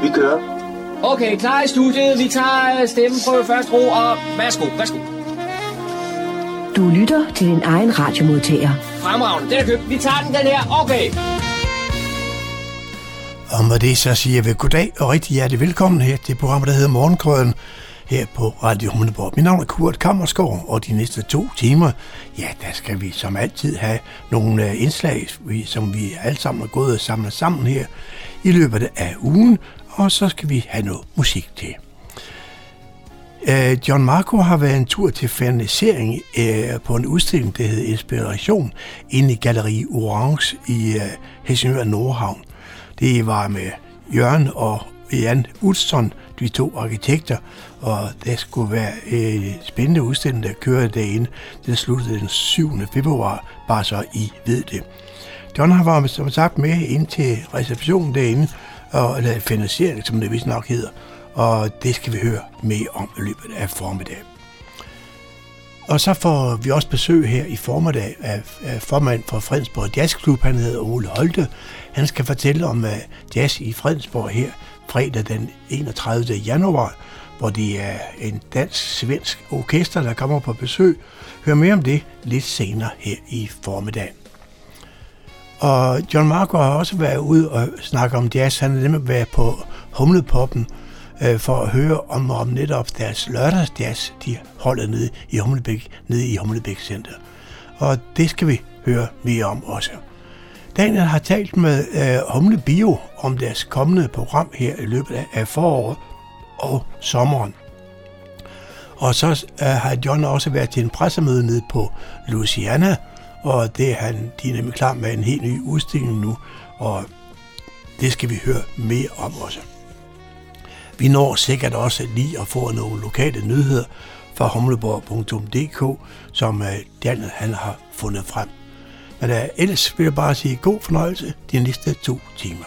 kører. Okay, klar i studiet. Vi tager stemmen på første ro, og værsgo. Du lytter til din egen radiomodtager. Fremragende, den er købt. Vi tager den her. Okay. Og med det så siger vi goddag og rigtig hjertelig velkommen her til programmet, der hedder Morgenkrøden her på Radio Humleborg. Mit navn er Kurt Kammersgaard, og de næste 2 timer, ja, der skal vi som altid have nogle indslag, som vi alle sammen er gået og samlet sammen her i løbet af ugen, og så skal vi have noget musik til. John Marco har været en tur til fernisering på en udstilling, der hedder Inspiration, inde i Galleri Orange i Helsingør Nordhavn. Det var med Jørgen og Jan Utzon, de 2 arkitekter, og det skulle være en spændende udstilling, der kørte derinde. Den sluttede den 7. februar, bare så I ved det. John har været, som sagt, med ind til receptionen derinde, eller finansiering, som det vist nok hedder, og det skal vi høre mere om i løbet af formiddag. Og så får vi også besøg her i formiddag af formand for Fredensborg Jazzklub, han hedder Ole Holte. Han skal fortælle om jazz i Fredensborg her fredag den 31. januar, hvor det er en dansk-svensk orkester, der kommer på besøg. Hør mere om det lidt senere her i formiddag. Og John Marco har også været ude og snakke om jazz. Han har nemlig været på Humlepoppen for at høre om netop deres lørdagsjazz, de holder nede i Humlebæk Center. Og det skal vi høre mere om også. Daniel har talt med Humle Bio om deres kommende program her i løbet af foråret og sommeren. Og så har John også været til en pressemøde nede på Louisiana, og de er nemlig klar med en helt ny udstilling nu, og det skal vi høre mere om også. Vi når sikkert også lige at få nogle lokale nyheder fra humleborg.dk, som Daniel han har fundet frem. Men ellers vil jeg bare sige god fornøjelse de næste 2 timer.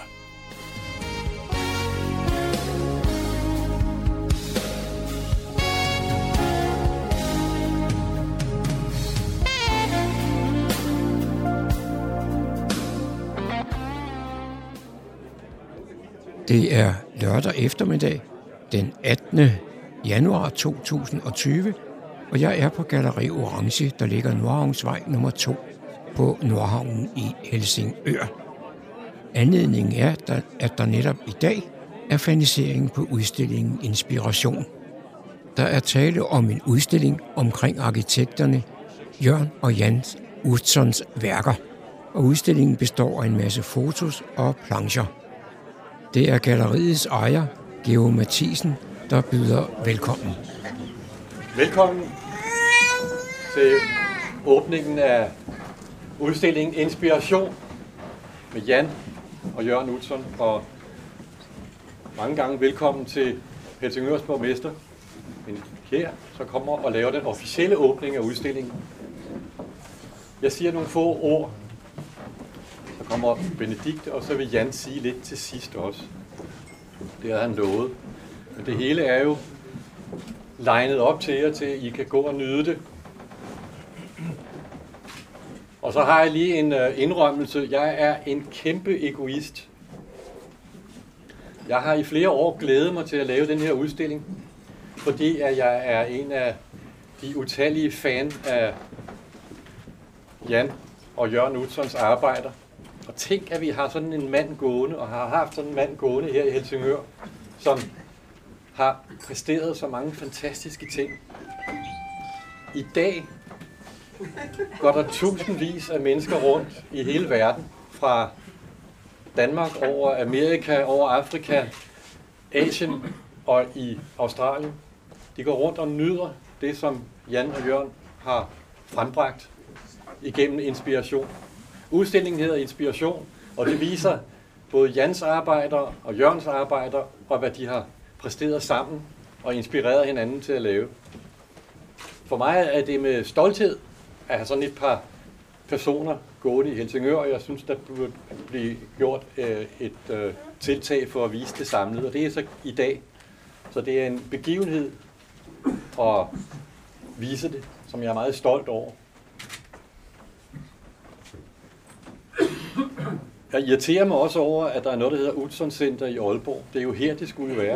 Det er lørdag eftermiddag, den 18. januar 2020, og jeg er på Galleri Orange, der ligger Nordhavnsvej nummer 2 på Nordhavnen i Helsingør. Anledningen er, at der netop i dag er fernisering på udstillingen Inspiration. Der er tale om en udstilling omkring arkitekterne Jørgen og Jan Utzons værker, og udstillingen består af en masse fotos og plancher. Det er galleriets ejer, Georg Mathisen, der byder velkommen. Velkommen til åbningen af udstillingen Inspiration med Jan og Jørgen Utzon, og mange gange velkommen til Helsingørs borgmester, her så kommer og laver den officielle åbning af udstillingen. Jeg siger nogle få ord. Så kommer Benedikte, og så vil Jan sige lidt til sidst også. Det har han lovet. Men det hele er jo legnet op til jer, til at I kan gå og nyde det. Og så har jeg lige en indrømmelse. Jeg er en kæmpe egoist. Jeg har i flere år glædet mig til at lave den her udstilling, fordi at jeg er en af de utallige fan af Jan og Jørgen Utzons arbejder. Og tænk, at vi har sådan en mand gående, og har haft sådan en mand gående her i Helsingør, som har præsteret så mange fantastiske ting. I dag går der tusindvis af mennesker rundt i hele verden, fra Danmark over Amerika, over Afrika, Asien og i Australien. De går rundt og nyder det, som Jan og Jørgen har frembragt igennem Inspiration. Udstillingen hedder Inspiration, og det viser både Jans arbejder og Jørgens arbejder, og hvad de har præsteret sammen og inspireret hinanden til at lave. For mig er det med stolthed at have sådan et par personer gående i Helsingør, og jeg synes, der burde blive gjort et tiltag for at vise det samlet, og det er så i dag. Så det er en begivenhed at vise det, som jeg er meget stolt over. Jeg irriterer mig også over, at der er noget, der hedder Utzon Center i Aalborg. Det er jo her, det skulle være.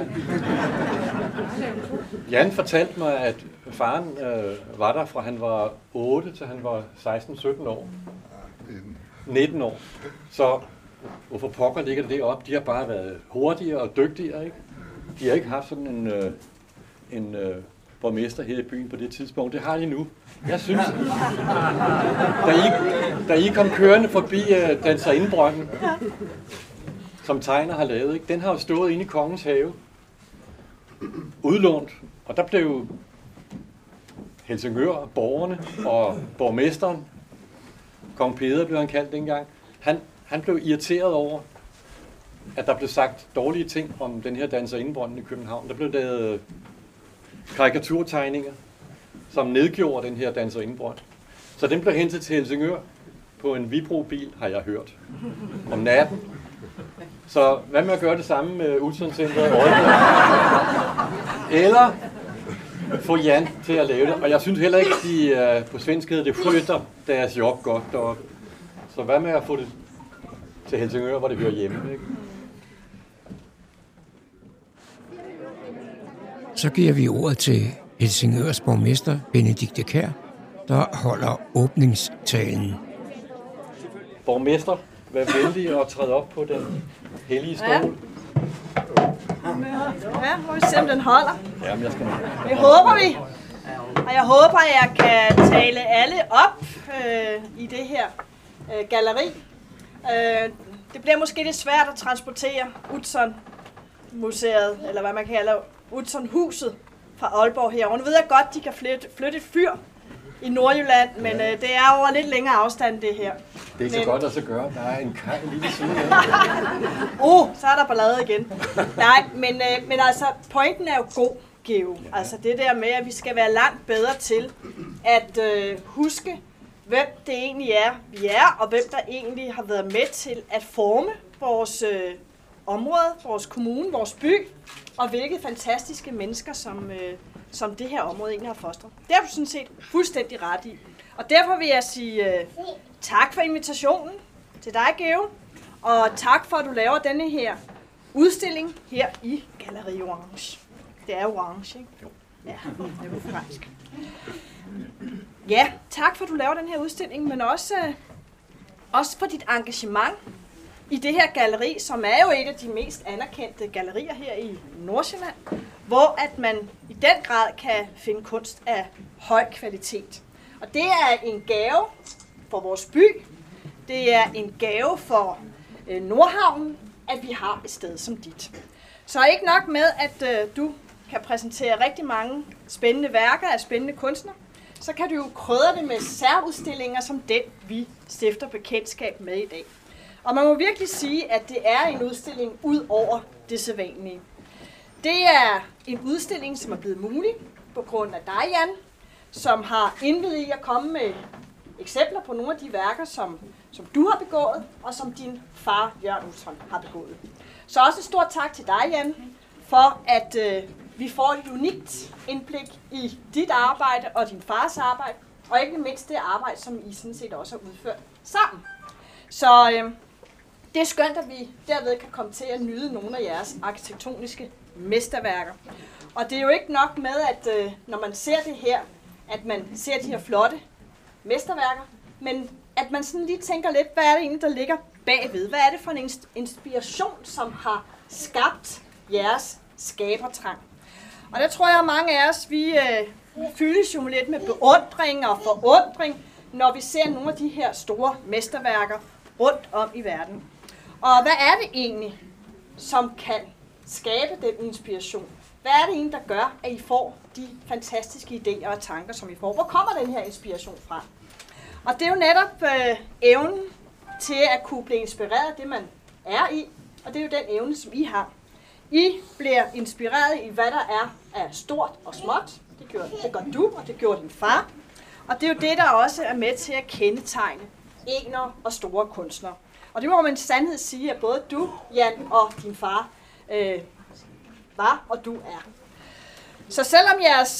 Jan fortalte mig, at faren var der fra han var 8 til han var 16-17 år. 19 år. Så hvorfor pokker ligger det deroppe? De har bare været hurtigere og dygtigere, ikke? De har ikke haft sådan en borgmester her i byen på det tidspunkt. Det har de nu. Jeg synes, da I kom kørende forbi Danserindbrønden, som Tegner har lavet, ikke? Den har jo stået inde i Kongens Have, udlånt, og der blev Helsingør, borgerne og borgmesteren, Kong Peder blev han kaldt dengang, han blev irriteret over, at der blev sagt dårlige ting om den her Danserindbrønden i København. Der blev lavet karikaturtegninger, som nedgjorde den her Danserindbrønd. Så den blev hentet til Helsingør på en Vibro-bil, har jeg hørt, om natten. Så hvad med at gøre det samme med Utzon Center i Aalborg? Eller få Jan til at lave det. Og jeg synes heller ikke, de på svensk hedder det flytter deres job godt deroppe. Så hvad med at få det til Helsingør, hvor det hører hjemme, ikke? Så giver vi ordet til Helsingørs borgmester Benedikte Kjær, der holder åbningstalen. Borgmester, vær venlig at træde op på den hellige stol. Ja, må vi se, om den holder. Jamen, jeg skal nok. Det håber vi. Og jeg håber, at jeg kan tale alle op i det her galleri. Det bliver måske lidt svært at transportere Utzon-museet, eller hvad man kalder Utzon-huset fra Aalborg herover. Nu ved jeg godt, de kan flytte et fyr i Nordjylland, men det er over lidt længere afstand, det her. Det er ikke så godt at så gøre. Der er en kaj lige ved siden af. Så er der ballade igen. Nej, men altså, pointen er jo god, Geo. Altså det der med, at vi skal være langt bedre til at huske, hvem det egentlig er, vi er, og hvem der egentlig har været med til at forme vores område, vores kommune, vores by, og hvilke fantastiske mennesker, som det her område egentlig har fostret. Det er du sådan set fuldstændig ret i. Og derfor vil jeg sige tak for invitationen til dig, Geo, og tak for, at du laver denne her udstilling her i Galleri Orange. Det er orange, ikke? Jo. Ja, det er jo fransk. Ja, tak for, at du laver den her udstilling, men også for dit engagement i det her galleri, som er jo et af de mest anerkendte gallerier her i Nordsjælland, hvor at man i den grad kan finde kunst af høj kvalitet. Og det er en gave for vores by, det er en gave for Nordhavnen, at vi har et sted som dit. Så ikke nok med, at du kan præsentere rigtig mange spændende værker af spændende kunstnere, så kan du jo krydre det med særudstillinger som den, vi stifter bekendtskab med i dag. Og man må virkelig sige, at det er en udstilling ud over det sædvanlige. Det er en udstilling, som er blevet mulig på grund af dig, Jan, som har indviet i at komme med eksempler på nogle af de værker, som du har begået, og som din far, Jørgen Utzon, har begået. Så også en stor tak til dig, Jan, for at vi får et unikt indblik i dit arbejde og din fars arbejde, og ikke mindst det arbejde, som I sådan set også har udført sammen. Så det er skønt, at vi derved kan komme til at nyde nogle af jeres arkitektoniske mesterværker. Og det er jo ikke nok med, at når man ser det her, at man ser de her flotte mesterværker, men at man sådan lige tænker lidt, hvad er det egentlig, der ligger bagved? Hvad er det for en inspiration, som har skabt jeres skabertrang? Og der tror jeg, at mange af os, vi fyldes jo lidt med beundring og forundring, når vi ser nogle af de her store mesterværker rundt om i verden. Og hvad er det egentlig, som kan skabe den inspiration? Hvad er det egentlig, der gør, at I får de fantastiske idéer og tanker, som I får? Hvor kommer den her inspiration fra? Og det er jo netop evnen til at kunne blive inspireret af det, man er i, og det er jo den evne, som I har. I bliver inspireret i, hvad der er af stort og småt. Det gør du, og det gjorde din far. Og det er jo det, der også er med til at kendetegne ener og store kunstnere. Og det må man i sandhed sige, at både du, Jan, og din far var, og du er. Så selvom jeres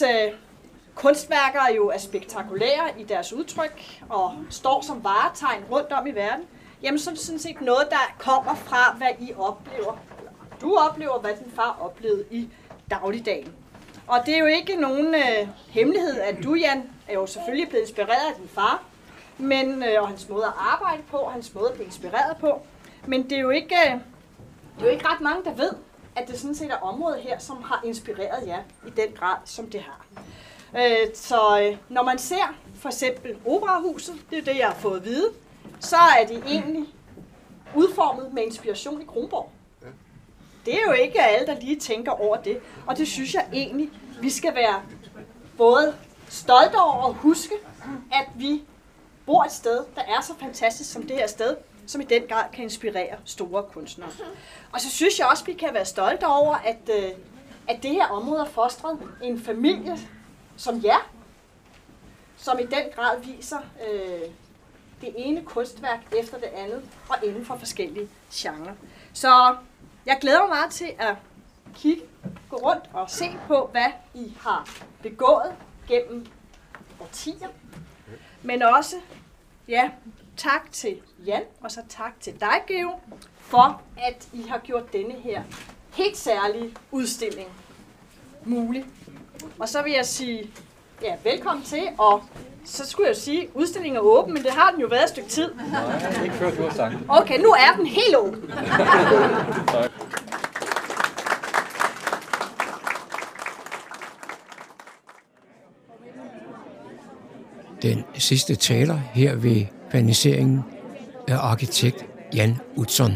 kunstværker jo er spektakulære i deres udtryk, og står som varetegn rundt om i verden, jamen så er det sådan set noget, der kommer fra, hvad I oplever. Du oplever, hvad din far oplevede i dagligdagen. Og det er jo ikke nogen hemmelighed, at du, Jan, er jo selvfølgelig blevet inspireret af din far, men, og hans måde at arbejde på, hans måde at blive inspireret på. Men det er jo ikke ret mange, der ved, at det sådan set er området her, som har inspireret jer i den grad, som det har. Så når man ser for eksempel Operahuset, det er det, jeg har fået at vide, så er de egentlig udformet med inspiration i Kronborg. Det er jo ikke alle, der lige tænker over det, og det synes jeg egentlig, vi skal være både stolte over og huske, at vi bor et sted, der er så fantastisk som det her sted, som i den grad kan inspirere store kunstnere. Og så synes jeg også, vi kan være stolte over, at det her område har fostret en familie som jer, som i den grad viser det ene kunstværk efter det andet, og inden for forskellige genrer. Så jeg glæder mig meget til at gå rundt og se på, hvad I har begået gennem årtier. Men også, ja, tak til Jan, og så tak til dig, Geo, for at I har gjort denne her helt særlige udstilling mulig. Og så vil jeg sige, ja, velkommen til, og så skulle jeg jo sige, at udstillingen er åben, men det har den jo været et stykke tid. Nej, ikke før du har sagt. Okay, nu er den helt åben. Tak. Den sidste taler her ved paniseringen er arkitekt Jan Utzon.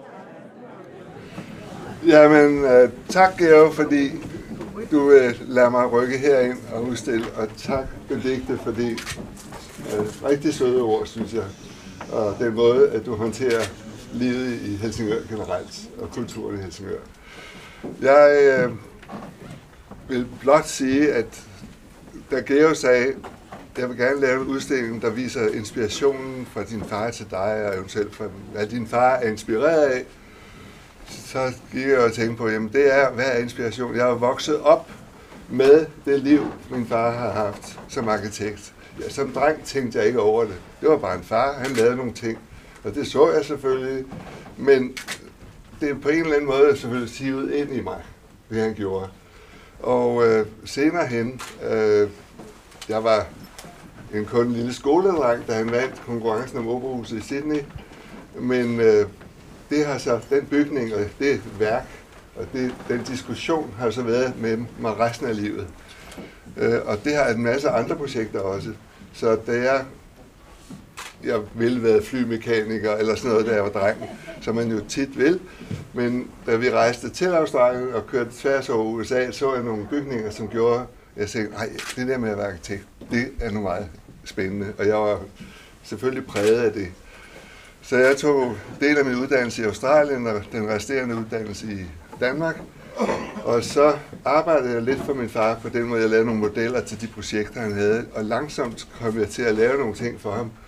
Jamen, tak Geo, fordi du lader mig rykke herind og udstille, og tak Benedikte, fordi rigtig søde ord, synes jeg, og den måde, at du håndterer livet i Helsingør generelt, og kulturen i Helsingør. Jeg vil blot sige, at da Geo sagde, jeg vil gerne lave en udstilling, der viser inspirationen fra din far til dig, og eventuelt fra hvad din far er inspireret af, så gik jeg og tænkte på, jamen det er, hvad er inspiration? Jeg er vokset op med det liv, min far har haft som arkitekt. Ja, som dreng tænkte jeg ikke over det. Det var bare en far, han lavede nogle ting, og det så jeg selvfølgelig, men det er på en eller anden måde selvfølgelig sivet ind i mig, det han gjorde. Og senere hen, jeg var kun en lille skoledreng, da han vandt konkurrencen om Operahuset i Sydney, men det har så, den bygning og det værk og den diskussion har så været med mig resten af livet. Og det har en masse andre projekter også. Så da jeg ville være flymekaniker eller sådan noget, da jeg var dreng, som man jo tit vil. Men da vi rejste til Australien og kørte tværs over USA, så jeg nogle bygninger, som gjorde, jeg tænkte, nej, det der med at være arkitekt, det er nu meget spændende. Og jeg var selvfølgelig præget af det. Så jeg tog del af min uddannelse i Australien og den resterende uddannelse i Danmark. Og så arbejdede jeg lidt for min far på den måde, jeg lavede nogle modeller til de projekter, han havde. Og langsomt kom jeg til at lave nogle ting for ham,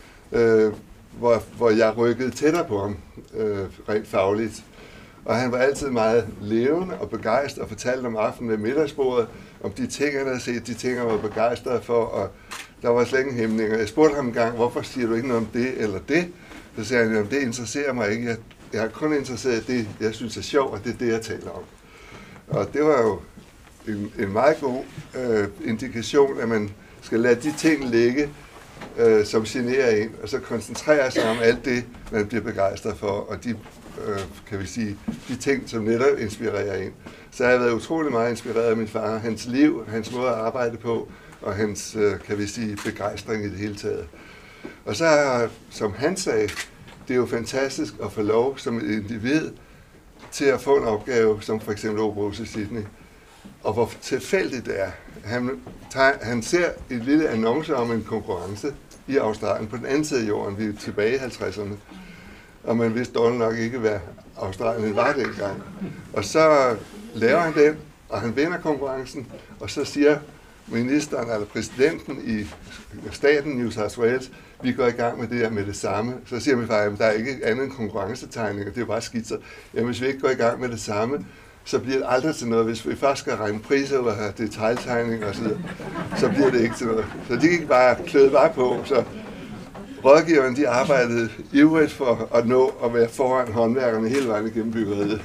hvor jeg rykkede tættere på ham, rent fagligt. Og han var altid meget levende og begejstret og fortalte om aftenen ved middagsbordet, om de ting, han havde set, de ting, han var begejstret for. Og der var slet ingen hæmninger. Jeg spurgte ham en gang, hvorfor siger du ikke noget om det eller det? Så sagde han, at det interesserer mig ikke. Jeg er kun interesseret i det, jeg synes er sjovt, og det er det, jeg taler om. Og det var jo en meget god indikation, at man skal lade de ting ligge, som generer en, og så koncentrere sig om alt det, man bliver begejstret for, og de, kan vi sige, de ting, som netop inspirerer en. Så jeg har været utrolig meget inspireret af min far, hans liv, hans måde at arbejde på, og hans, kan vi sige, begejstring i det hele taget. Og så er, som han sagde, det er jo fantastisk at få lov som et individ til at få en opgave, som for eksempel Operahuset i Sydney. Og hvor tilfældigt det er. Han ser et lille annonce om en konkurrence i Australien på den anden side af jorden, vi er tilbage i 50'erne. Og man vidste dårligt nok ikke, hvad Australien var dengang. Og så laver han den, og han vinder konkurrencen, og så siger ministeren eller præsidenten i staten New South Wales, vi går i gang med det her med det samme. Så siger min far, at der er ikke andet end konkurrencetegninger, det er jo bare skitser. Jamen hvis vi ikke går i gang med det samme, så bliver det aldrig til noget. Hvis vi først skal regne priser og have detailtegninger osv., så bliver det ikke til noget. Så de gik bare, kløede bare på. Så rådgiverne, de arbejdede ivrigt for at nå at være foran håndværkerne hele vejen igennem byggeriet.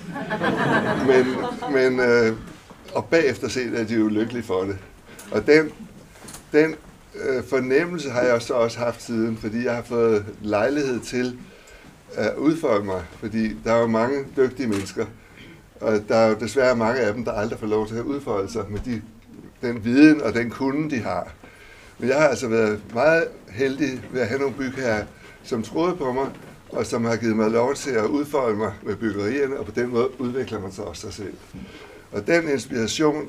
Og bagefter set er de jo lykkelige for det. Og den fornemmelse har jeg så også haft siden, fordi jeg har fået lejlighed til at udfolde mig, fordi der er jo mange dygtige mennesker, og der er jo desværre mange af dem, der aldrig får lov til at udfolde sig med den viden og den kunde, de har. Men jeg har altså været meget heldig ved at have nogle bygherrer, som troede på mig, og som har givet mig lov til at udfolde mig med byggerierne, og på den måde udvikler man sig også sig selv. Og den inspiration,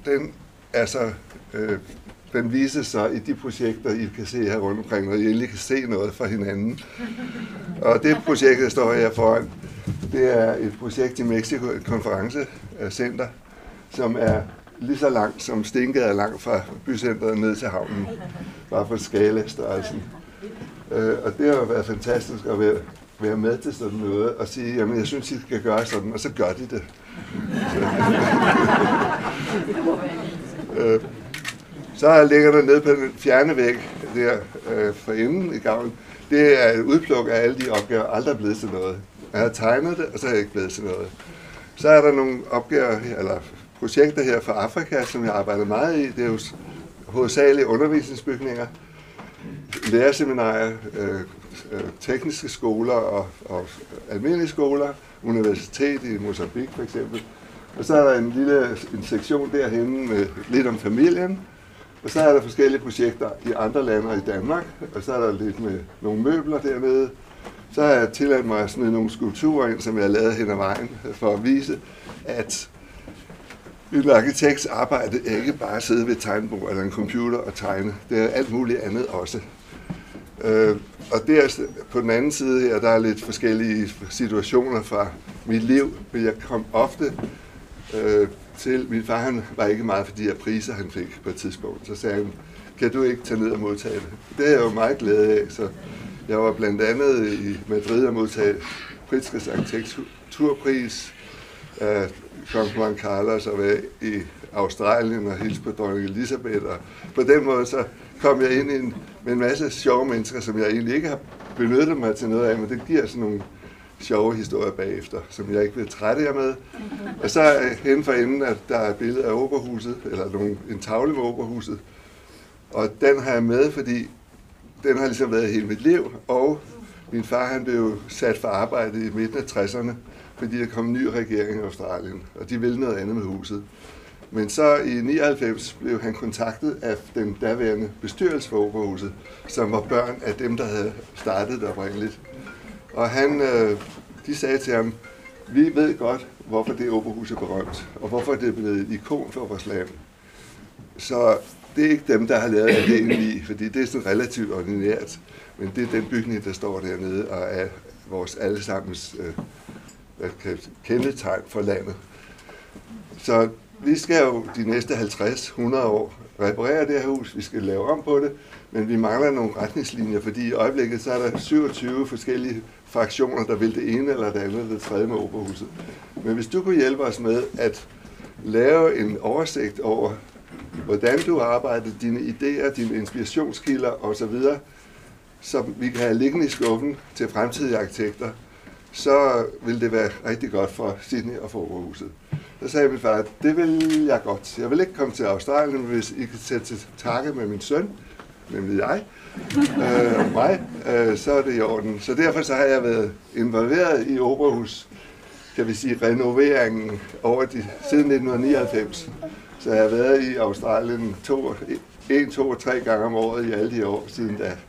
den viser sig i de projekter, I kan se her rundt omkring, når I endelig kan se noget fra hinanden. Og det projekt, der står her foran, det er et projekt i Mexico, et konferencecenter, som er lige så langt som Stengade er langt fra bycentret ned til havnen, bare for skalestørrelsen. Og det har jo været fantastisk at være med til sådan noget og sige, jamen jeg synes, I skal gøre sådan, og så gør de det. Så ligger der nede på den fjerne væg der for enden i gavlen. Det er et udpluk af alle de opgaver, aldrig er blevet til noget. Jeg har tegnet det, og så er jeg ikke blevet til noget. Så er der nogle opgaver, eller projekter her fra Afrika, som jeg arbejder meget i. Det er jo hovedsageligt undervisningsbygninger, lærerseminarier, tekniske skoler og almindelige skoler, universitet i Mozambique for eksempel. Og så er der en sektion derhenne med lidt om familien. Og så er der forskellige projekter i andre lande og i Danmark. Og så er der lidt med nogle møbler dernede. Så har jeg tilladt mig at smide nogle skulpturer ind, som jeg har lavet hen ad vejen, for at vise, at en arkitekts arbejde er ikke bare at sidde ved et tegnebord eller en computer og tegne. Det er alt muligt andet også. Og der på den anden side her, der er lidt forskellige situationer fra mit liv. Jeg kom ofte til, min far han var ikke meget for de her priser, han fik på et tidspunkt. Så sagde han, kan du ikke tage ned og modtage det? Det er jeg jo meget glad af. Så jeg var blandt andet i Madrid og modtage Pritzkers arkitekturpris af kong Juan Carlos og var i Australien og hilse på dronning Elizabeth. Og på den måde så kom jeg ind med en masse sjove mennesker, som jeg egentlig ikke har benyttet mig til noget af, men det giver sådan nogle sjove historier bagefter, som jeg ikke vil trætte jer med. Og så hen for enden, at der er et billede af Operahuset, eller en tavle med Operahuset. Og den har jeg med, fordi den har ligesom været hele mit liv, og min far han blev sat for arbejde i midten af 60'erne, fordi der kom en ny regering i Australien, og de ville noget andet med huset. Men så i 99 blev han kontaktet af den daværende bestyrelse for Operahuset, som var børn af dem, der havde startet det oprindeligt. Og de sagde til ham, vi ved godt, hvorfor det Operahus er berømt, og hvorfor det er blevet et ikon for vores land. Så det er ikke dem, der har lavet det egentlig, fordi det er sådan relativt ordinært, men det er den bygning, der står dernede og er vores allesammens kendetegn for landet. Så vi skal jo de næste 50-100 år reparere det her hus, vi skal lave om på det, men vi mangler nogle retningslinjer, fordi i øjeblikket så er der 27 forskellige fraktioner, der vil det ene eller det andet eller det tredje med Operahuset. Men hvis du kunne hjælpe os med at lave en oversigt over, hvordan du arbejder, dine idéer, dine inspirationskilder osv., som vi kan have liggende i skuffen til fremtidige arkitekter, så vil det være rigtig godt for Sydney og for Operahuset. Så sagde min far, det vil jeg godt. Jeg vil ikke komme til Australien, men hvis I kan sætte til takke med min søn, nemlig jeg, og mig, så er det i orden. Så derfor så har jeg været involveret i Operahus, kan vi sige, renoveringen siden 1999. Så jeg har været i Australien 1, 2 og 3 gange om året i alle de år siden da.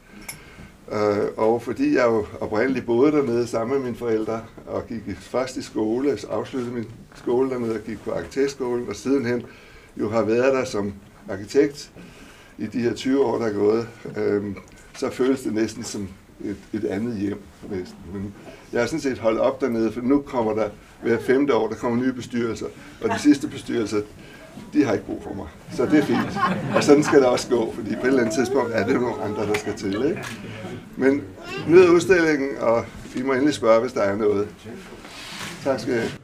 Og fordi jeg jo oprindeligt boede dernede sammen med mine forældre, og gik først i skole, afsluttede min skole dernede og gik på arkitektskolen, og sidenhen jo har været der som arkitekt i de her 20 år, der er gået, så føles det næsten som et andet hjem. Men jeg har sådan set holdt op dernede, for nu kommer der hver 5. år, der kommer nye bestyrelser, og de sidste bestyrelser, de har ikke brug for mig. Så det er fint. Og sådan skal det også gå, fordi på et eller andet tidspunkt er det nogle andre, der skal til. Ikke? Men nyd udstillingen, og I må endelig spørge, hvis der er noget. Tak skal I have.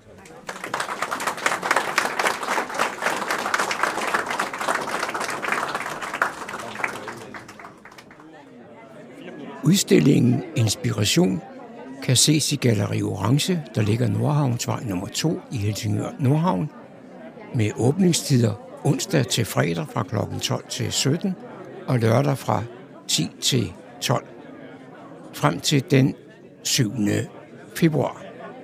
Udstillingen Inspiration kan ses i Galleri Orange, der ligger Nordhavnsvej nummer 2 i Helsingør Nordhavn, med åbningstider onsdag til fredag fra kl. 12 til 17 og lørdag fra 10 til 12, frem til den 7. februar.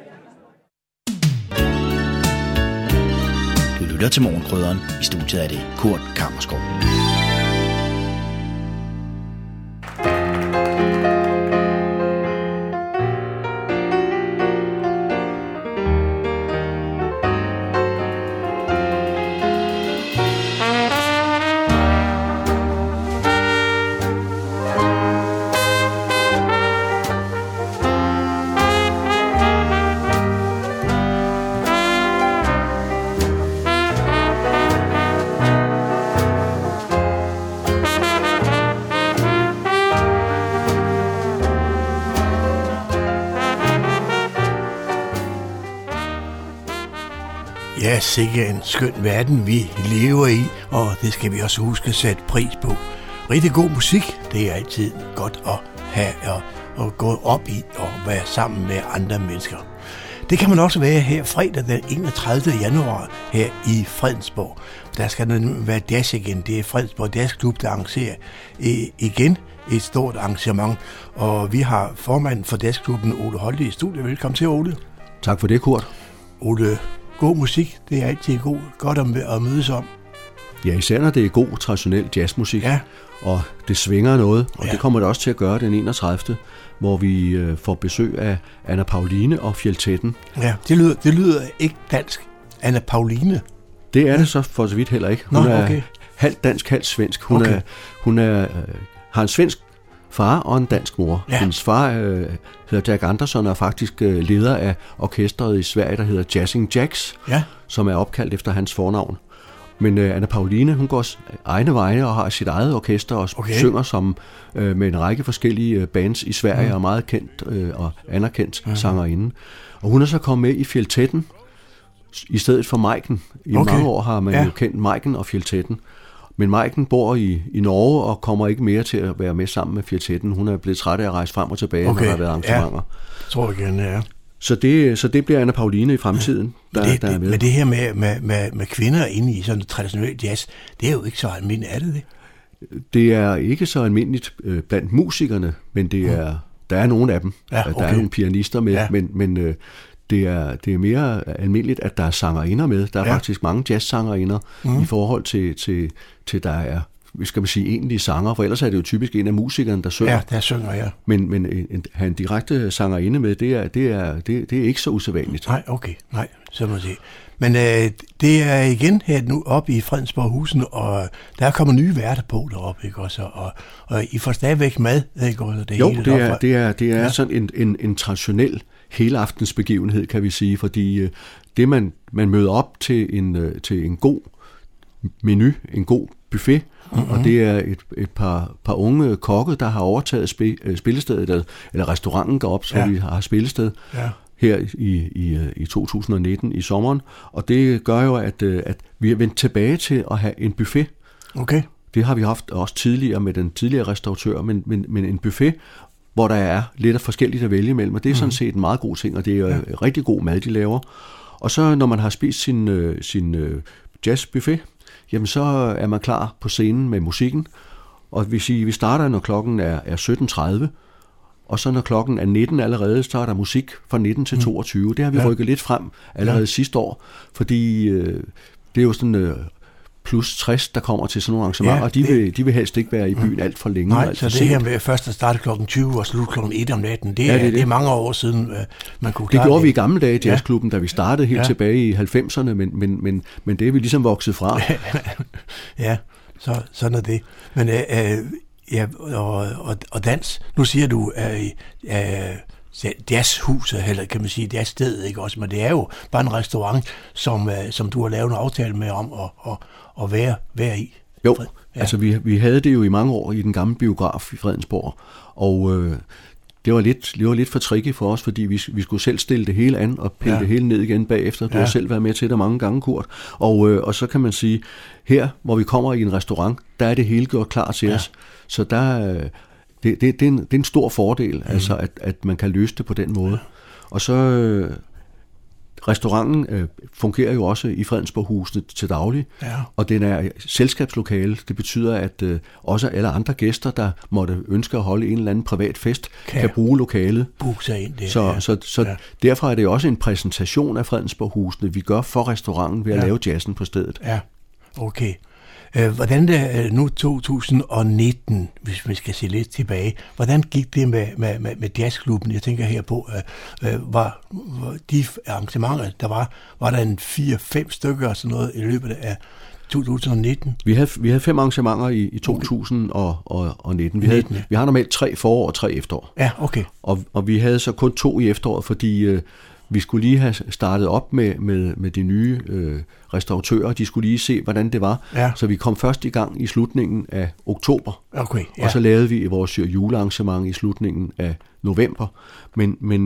Du lytter til Morgenkrydderen. I studiet er det Kurt Kammerskov. Ja, sikkert en skøn verden, vi lever i, og det skal vi også huske at sætte pris på. Rigtig god musik, det er altid godt at have og gå op i og være sammen med andre mennesker. Det kan man også være her fredag den 31. januar her i Fredensborg. Der skal være jazz igen. Det er Fredensborg Jazzklub, der arrangerer igen et stort arrangement. Og vi har formanden for jazzklubben, Ole Holte, i studiet. Velkommen til, Ole. Tak for det, Kurt. Ole, god musik, det er altid godt at mødes om. Ja, især når det er god, traditionel jazzmusik, ja. Og det svinger noget, og det kommer det også til at gøre den 31., hvor vi får besøg af Anna Pauline og Fjeltetten. Ja, det lyder ikke dansk. Anna Pauline? Det er det så for så vidt heller ikke. Hun er halvt dansk, halvt svensk. Hun har en svensk far og en dansk mor. Ja. Hendes far hedder Jack Andersson og er faktisk leder af orkestret i Sverige, der hedder Jazzing Jacks, som er opkaldt efter hans fornavn. Men Anna Pauline, hun går egne veje og har sit eget orkester og synger som med en række forskellige bands i Sverige og er meget kendt og anerkendt sangerinde. Og hun er så kommet med i Fjeltetten i stedet for Maiken. I mange år har man jo kendt Maiken og Fjeltetten. Men Maiken bor i Norge og kommer ikke mere til at være med sammen med Fjeltetten. Hun er blevet træt af at rejse frem og tilbage, når der har været arrangementer. Det tror jeg gerne, ja. Så det bliver Anna Pauline i fremtiden, der er med. Men det her med kvinder inde i sådan traditionel jazz, det er jo ikke så almindeligt, er det? Det er ikke så almindeligt blandt musikerne, men der er nogle af dem. Der er nogle pianister med, men det er mere almindeligt, at der er sangerinder med. Der er faktisk mange jazzsangerinder i forhold til der er, skal man sige, egentlige sanger, for ellers er det jo typisk en af musikerne, der synger. Ja, der synger, ja. Men have en direkte sangerinde med, det er ikke så usædvanligt. Nej, så må jeg sige. Men det er igen her nu oppe i Fredensborg-husen, og der kommer nye værter på deroppe, ikke også? Og I får stadigvæk mad, ikke også? Det er sådan en traditionel helaftens begivenhed, kan vi sige, fordi det man møder op til en god menu, en god buffet, og det er et par unge kokke, der har overtaget spillestedet, eller restauranten deroppe, så vi har spillested her i 2019 i sommeren, og det gør jo, at vi er vendt tilbage til at have en buffet. Okay. Det har vi haft også tidligere med den tidligere restauratør, men en buffet, hvor der er lidt af forskelligt at vælge imellem, og det er sådan set en meget god ting, og det er rigtig god mad, de laver. Og så når man har spist sin jazzbuffet, jamen så er man klar på scenen med musikken, og vi starter, når klokken er 17:30, og så når klokken er 19 allerede, så er der musik fra 19 til 22. Det har vi rykket lidt frem allerede sidste år, fordi det er jo sådan plus 60, der kommer til sådan nogle arrangementer, og de vil helst ikke være i byen alt for længe. Nej, så det her med først at starte klokken 20 og slutte klokken 1 om natten, det er mange år siden, man kunne klare det. Det gjorde vi i gamle dage i jazzklubben, da vi startede helt tilbage i 90'erne, men det er vi ligesom vokset fra. Ja, så sådan er det. Men og dans, nu siger du, jazzhuset, eller kan man sige jazzstedet, ikke også, men det er jo bare en restaurant, som du har lavet en aftale med om at være i. Jo, altså vi havde det jo i mange år i den gamle biograf i Fredensborg, og det var lidt for tricky for os, fordi vi skulle selv stille det hele an og pille det hele ned igen bagefter. Du har selv været med til det mange gange, Kurt. Og så kan man sige, her hvor vi kommer i en restaurant, der er det hele gjort klar til os. Så Det er en stor fordel, altså at man kan løse det på den måde. Og så restauranten fungerer jo også i Fredensborg-husene til daglig, og den er selskabslokale. Det betyder, at også alle andre gæster, der måtte ønske at holde en eller anden privat fest, kan bruge lokalet. Booke sig ind der. Så derfor er det også en præsentation af Fredensborg-husene, vi gør for restauranten ved at lave jazzen på stedet. Ja, okay. Hvordan det nu 2019, hvis vi skal se lidt tilbage, hvordan gik det med jazzklubben? Jeg tænker her på, var de arrangementer, der var der en 4-5 stykker og sådan noget i løbet af 2019? Vi havde 5 arrangementer i 2019. Vi har normalt 3 forår og 3 efterår. Ja, okay. Og vi havde så kun 2 i efteråret, fordi vi skulle lige have startet op med de nye restauratører. De skulle lige se, hvordan det var. Ja. Så vi kom først i gang i slutningen af oktober. Okay, ja. Og så lavede vi vores julearrangement i slutningen af november. Men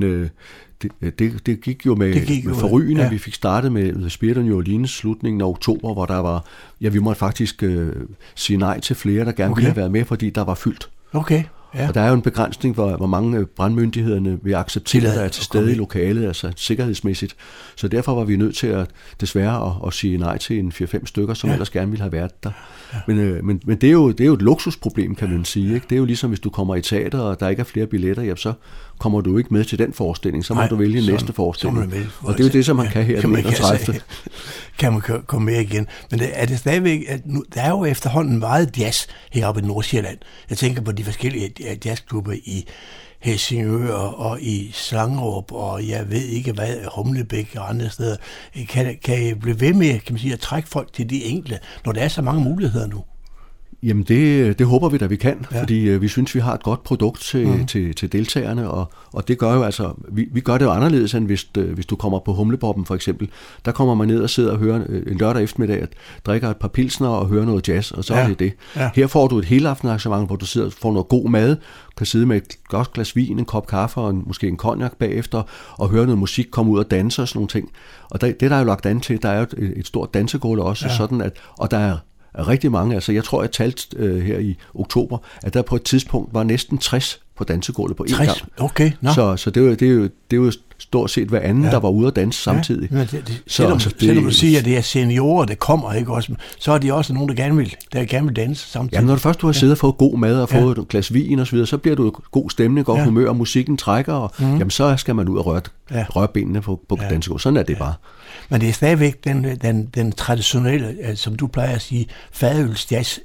det gik jo med forrygende. Ja. Vi fik startet med Spirit of New Orleans slutningen af oktober, hvor der var... Ja, vi måtte faktisk sige nej til flere, der gerne ville have været med, fordi der var fyldt. Okay. Ja. Og der er jo en begrænsning, hvor mange brandmyndighederne vil acceptere, der er til stede i lokalet, altså sikkerhedsmæssigt. Så derfor var vi nødt til desværre at sige nej til en 4-5 stykker, som ellers gerne ville have været der. Ja. Men det er jo et luksusproblem, kan man sige. Ikke? Det er jo ligesom, hvis du kommer i teater, og der ikke er flere billetter, jamen, så kommer du ikke med til den forestilling. Så må du vælge næste forestilling. Og det er jo det, som man kan her den 31. Kan man komme med igen. Men er det stadigvæk, at nu, der er jo efterhånden meget jazz heroppe i Nordsjælland. Jeg tænker på de forskellige jazzklubber i Helsingør og i Slangerup, og jeg ved ikke hvad, Humlebæk og andre steder. Kan I blive ved med, kan man sige, at trække folk til de enkelte, når der er så mange muligheder nu? Jamen det håber vi da, vi kan, fordi vi synes, vi har et godt produkt til deltagerne, og det gør jo altså, vi gør det jo anderledes, end hvis du kommer på Humlebobben for eksempel. Der kommer man ned og sidder og hører en lørdag eftermiddag, og drikker et par pilsner og hører noget jazz, og så er det det. Ja. Her får du et helaftenarrangement, hvor du sidder og får noget god mad, kan sidde med et godt glas vin, en kop kaffe og måske en cognac bagefter, og høre noget musik, komme ud og danse og sådan nogle ting. Og det der er jo lagt an til, der er jo et stort dansegulv også, sådan at, og der er rigtig mange, altså jeg tror, jeg talte her i oktober, at der på et tidspunkt var næsten 60 på dansegulvet på én 60? gang. Okay, no. Så det er jo stort set hver anden, der var ude at danse samtidig. Selvom du siger, at det er seniorer, der kommer, ikke også, så er de også nogen, der gerne vil danse samtidig. Jamen, når du har siddet og fået god mad og fået et glas vin og så videre, så bliver du god stemning, godt humør, og musikken trækker, og jamen, så skal man ud og røre benene på dansegulvet. Sådan er det bare. Men det er stadigvæk den traditionelle, som du plejer at sige, fadølsjazz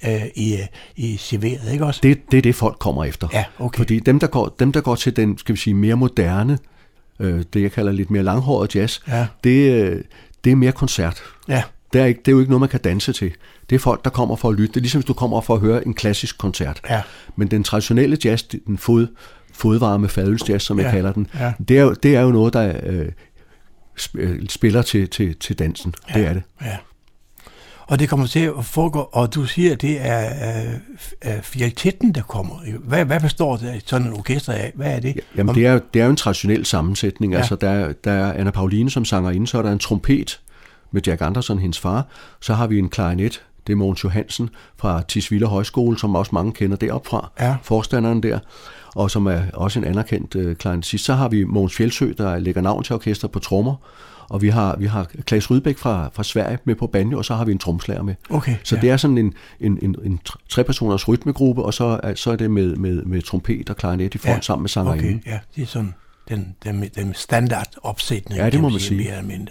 i serveret, ikke også? Det er det, folk kommer efter. Ja, okay. Fordi dem, der går til den, skal vi sige, mere moderne, det jeg kalder lidt mere langhåret jazz, det er mere koncert. Ja. Det er jo ikke noget, man kan danse til. Det er folk, der kommer for at lytte. Det er ligesom, hvis du kommer for at høre en klassisk koncert. Ja. Men den traditionelle jazz, den fodvarme fadølsjazz, som jeg kalder den, det er jo noget, der spiller til dansen. Det er det. Ja. Og det kommer til at foregå, og du siger, at det er fialitetten, der kommer. Hvad består det sådan en orkester af? Hvad er det? Jamen, det er jo en traditionel sammensætning. Ja. Altså, der er Anna Pauline som sangerinde, så er der en trompet med Jack Anderson, hendes far. Så har vi en klarinet, det er Mogens Johansen fra Tisvilde Højskole, som også mange kender deroppe fra, forstanderen der, og som er også en anerkendt klarinetist. Så har vi Mogens Fjeldsø, der lægger navn til orkester på trommer, og vi har Claes Rydbæk fra Sverige med på banjo, og så har vi en tromslager med. Okay, så det er sådan en 3-personers rytmegruppe, og så er det med trompet og klarinet i front sammen med sangerinden. Okay, ja, det er sådan den standard opsætning. Ja, det må man sige.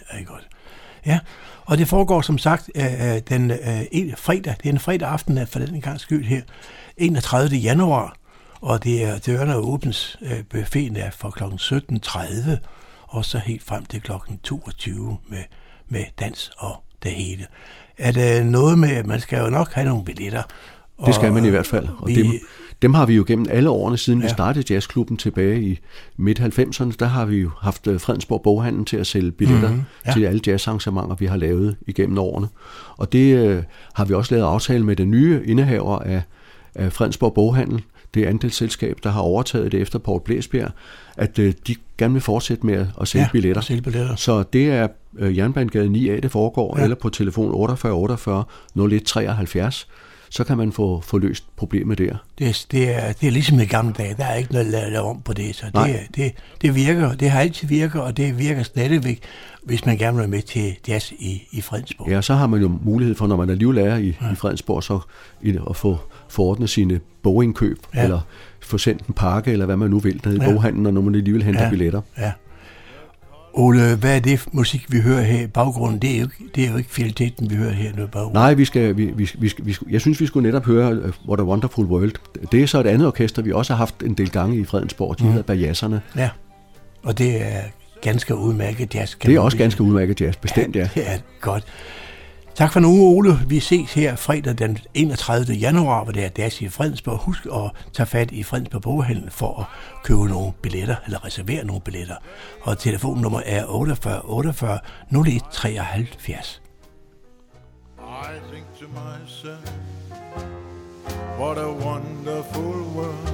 Ja, og det foregår som sagt den fredag. Det er en fredag aften for den gang skyld her, 31. januar, og det er dørene åbens buffeten er fra kl. 17.30, og så helt frem til kl. 22 med dans og det hele. Er det noget med, at man skal jo nok have nogle billetter? Det skal man i hvert fald, og dem har vi jo gennem alle årene, siden vi startede jazzklubben tilbage i midt-90'erne, der har vi jo haft Fredensborg Boghandel til at sælge billetter til alle jazzarrangementer, vi har lavet igennem årene. Og det har vi også lavet aftale med den nye indehaver af Fredensborg Boghandel, det andelsselskab, der har overtaget det efter Poul Blæsbjerg, at de gerne vil fortsætte med at sælge billetter. Så det er Jernbanegade 9A, det foregår, eller på telefon 48 48 01 73. så kan man få løst problemet der. Det er ligesom i gamle dage. Der er ikke noget at lave om på det. Så det virker. Det har altid virket, og det virker stadigvæk, hvis man gerne vil være med til jazz i Fredensborg. Ja, så har man jo mulighed for, når man alligevel er i Fredensborg, så at få forordnet sine bogindkøb, eller få sendt en pakke, eller hvad man nu vil, ned i boghandlen, når man alligevel henter billetter. Ja. Ole, hvad er det musik, vi hører her i baggrunden? Det er jo ikke Fideliteten, vi hører her nu i baggrunden. Nej, jeg synes, vi skulle netop høre What a Wonderful World. Det er så et andet orkester, vi også har haft en del gange i Fredensborg. De hedder Bajasserne. Ja, og det er ganske udmærket jazz. Det er også ganske udmærket jazz, bestemt ja. Det er godt. Tak for nu, Ole. Vi ses her fredag den 31. januar, hvor det er jazz i Fredensborg. Husk at tage fat i Fredensborg Boghandel for at købe nogle billetter, eller reservere nogle billetter. Og telefonnummer er 48 48 01 73. I think to myself, what a wonderful world.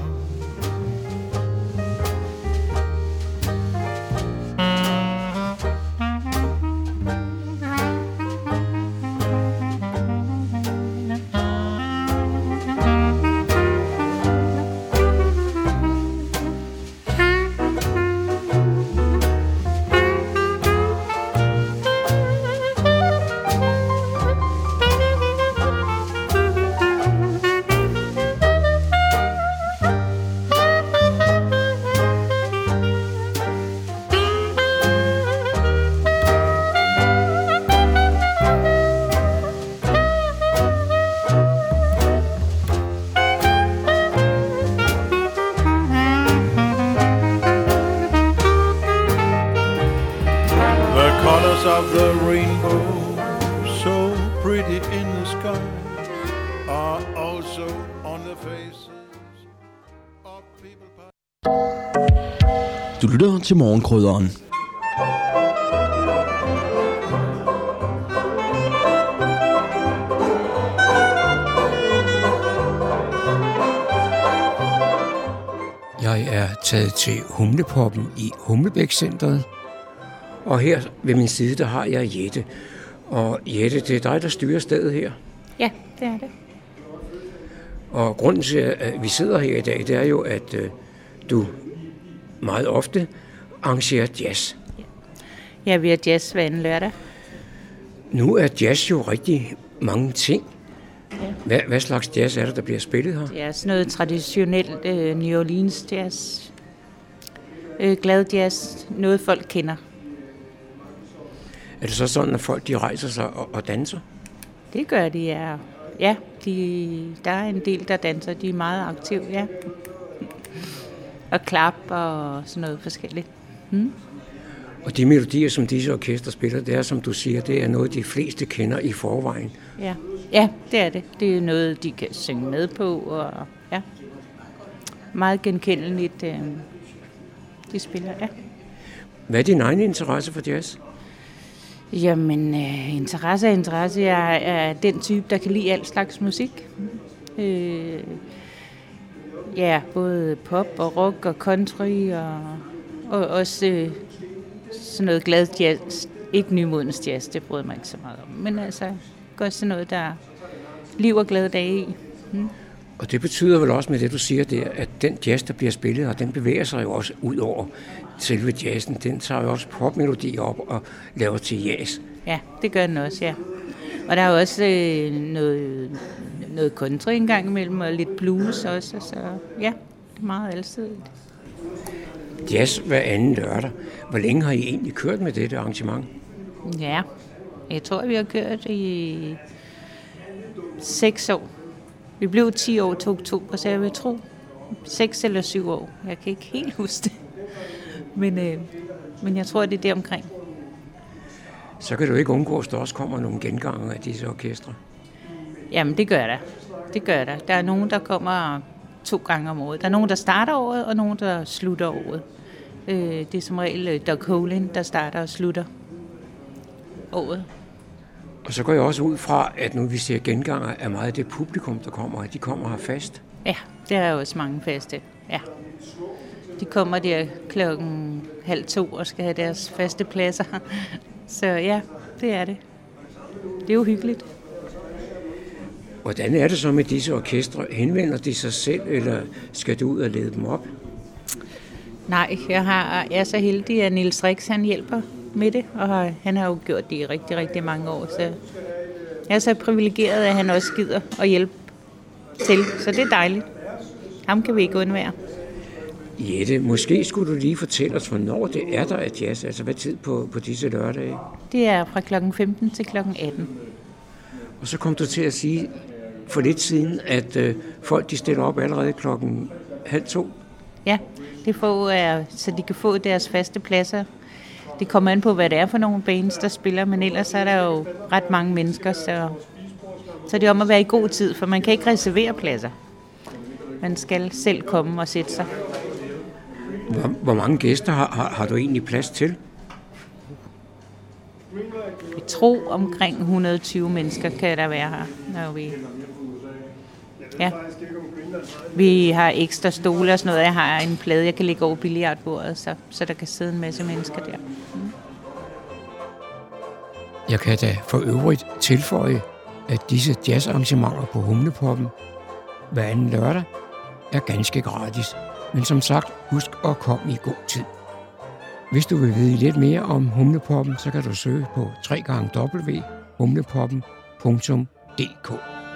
Of the rainbow, so pretty in the sky, are also on the faces of people. Du lytter til Morgenkrydderen. Jeg er taget til Humlepoppen i Humlebæk-centret. Og her ved min side, der har jeg Jette. Og Jette, det er dig, der styrer stedet her. Ja, det er det. Og grunden til, at vi sidder her i dag, det er jo, at du meget ofte arrangerer jazz. Ja, vi har jazz hver anden lørdag. Nu er jazz jo rigtig mange ting. Ja. Hvad slags jazz er det, der bliver spillet her? Det er sådan noget traditionelt New Orleans jazz. Glad jazz. Noget folk kender. Er det så sådan, at folk de rejser sig og danser? Det gør de, ja. Ja, der er en del, der danser. De er meget aktive, ja. Og klapper og sådan noget forskelligt. Og de melodier, som disse orkester spiller, det er, som du siger, det er noget, de fleste kender i forvejen. Ja, det er det. Det er noget, de kan synge med på, og ja. Meget genkendeligt, de spiller, ja. Hvad er din egen interesse for jazz? Jamen, interesse. Jeg er den type, der kan lide al slags musik. Ja, både pop og rock og country og også sådan noget glad jazz. Ikke nymodens jazz, det bryder mig ikke så meget om. Men altså, godt sådan noget, der er liv og glade dage i. Og det betyder vel også med det, du siger, det, at den jazz, der bliver spillet, og den bevæger sig jo også ud over selve jazzen. Den tager jo også popmelodier op og laver til jazz. Ja, det gør den også, ja. Og der er også noget country en gang imellem, og lidt blues også. Så ja, det er meget alsidigt. Jazz hver anden lørdag. Hvor længe har I egentlig kørt med dette arrangement? Ja, jeg tror, vi har kørt i 6 år. Vi blev 10 år til oktober, så jeg vil tro 6 eller 7 år. Jeg kan ikke helt huske det. Men jeg tror, det er det omkring. Så kan du ikke undgå, at der også kommer nogle genganger af disse orkestre? Jamen, det gør der. Der er nogen, der kommer 2 gange om året. Der er nogen, der starter året, og nogen, der slutter året. Det er som regel Doug Holin, der starter og slutter året. Og så går jeg også ud fra, at nu vi ser genganger af meget af det publikum, der kommer, at de kommer her fast. Ja, det er også mange faste. Ja. De kommer der 1:30 og skal have deres faste pladser. Så ja, det er det. Det er jo hyggeligt. Hvordan er det så med disse orkestre? Henvender de sig selv, eller skal du ud og lede dem op? Nej, jeg er så heldig, at Niels Rix, han hjælper med det, og han har jo gjort det i rigtig, rigtig mange år, så jeg er så privilegeret, at han også gider at hjælpe til, så det er dejligt. Ham kan vi ikke undvære. Jette, måske skulle du lige fortælle os, hvornår det er der er jazz, altså hvad tid på disse lørdage? Det er fra kl. 15 til kl. 18. Og så kom du til at sige for lidt siden, at folk de stiller op allerede klokken 1:30. Ja, det så de kan få deres faste pladser. Det kommer an på, hvad det er for nogle bands, der spiller, men ellers er der jo ret mange mennesker, så det er om at være i god tid, for man kan ikke reservere pladser. Man skal selv komme og sætte sig. Hvor mange gæster har du egentlig plads til? Jeg tror omkring 120 mennesker kan der være her, når vi har ekstra stole og sådan noget. Jeg har en plade, jeg kan lægge over billiardbordet, så der kan sidde en masse mennesker der. Jeg kan da for øvrigt tilføje, at disse jazzarrangementer på Humlepoppen hver anden lørdag er ganske gratis. Men som sagt, husk at komme i god tid. Hvis du vil vide lidt mere om Humlepoppen, så kan du søge på www.humlepoppen.dk.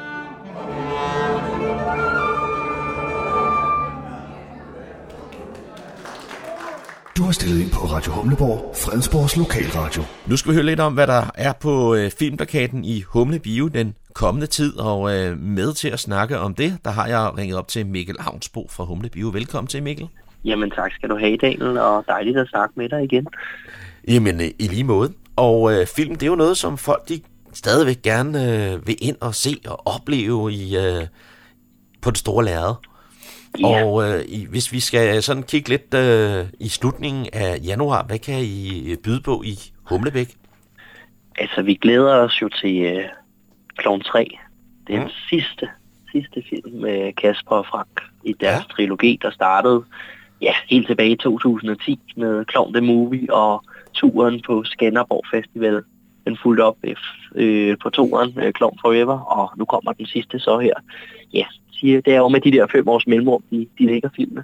Du har stillet ind på Radio Humleborg, Fredensborgs lokalradio. Nu skal vi høre lidt om, hvad der er på filmplakaten i Humle Bio den kommende tid, og med til at snakke om det, der har jeg ringet op til Mikkel Avnsbo fra Humle Bio. Velkommen til, Mikkel. Jamen tak skal du have, Daniel, og dejligt at snakke med dig igen. Jamen i lige måde. Og film, det er jo noget, som folk de stadigvæk gerne vil ind og se og opleve på det store lærred. Ja. Og hvis vi skal sådan kigge lidt i slutningen af januar, hvad kan I byde på i Humlebæk? Altså, vi glæder os jo til Klovn 3. Det er den sidste film med Kasper og Frank i deres trilogi, der startede helt tilbage i 2010 med Klovn The Movie og turen på Skanderborg Festival. Den fulgte op på toeren, Klovn Forever, og nu kommer den sidste så her. Ja, det er jo med de der 5 års mellemrum, de ligger filmene.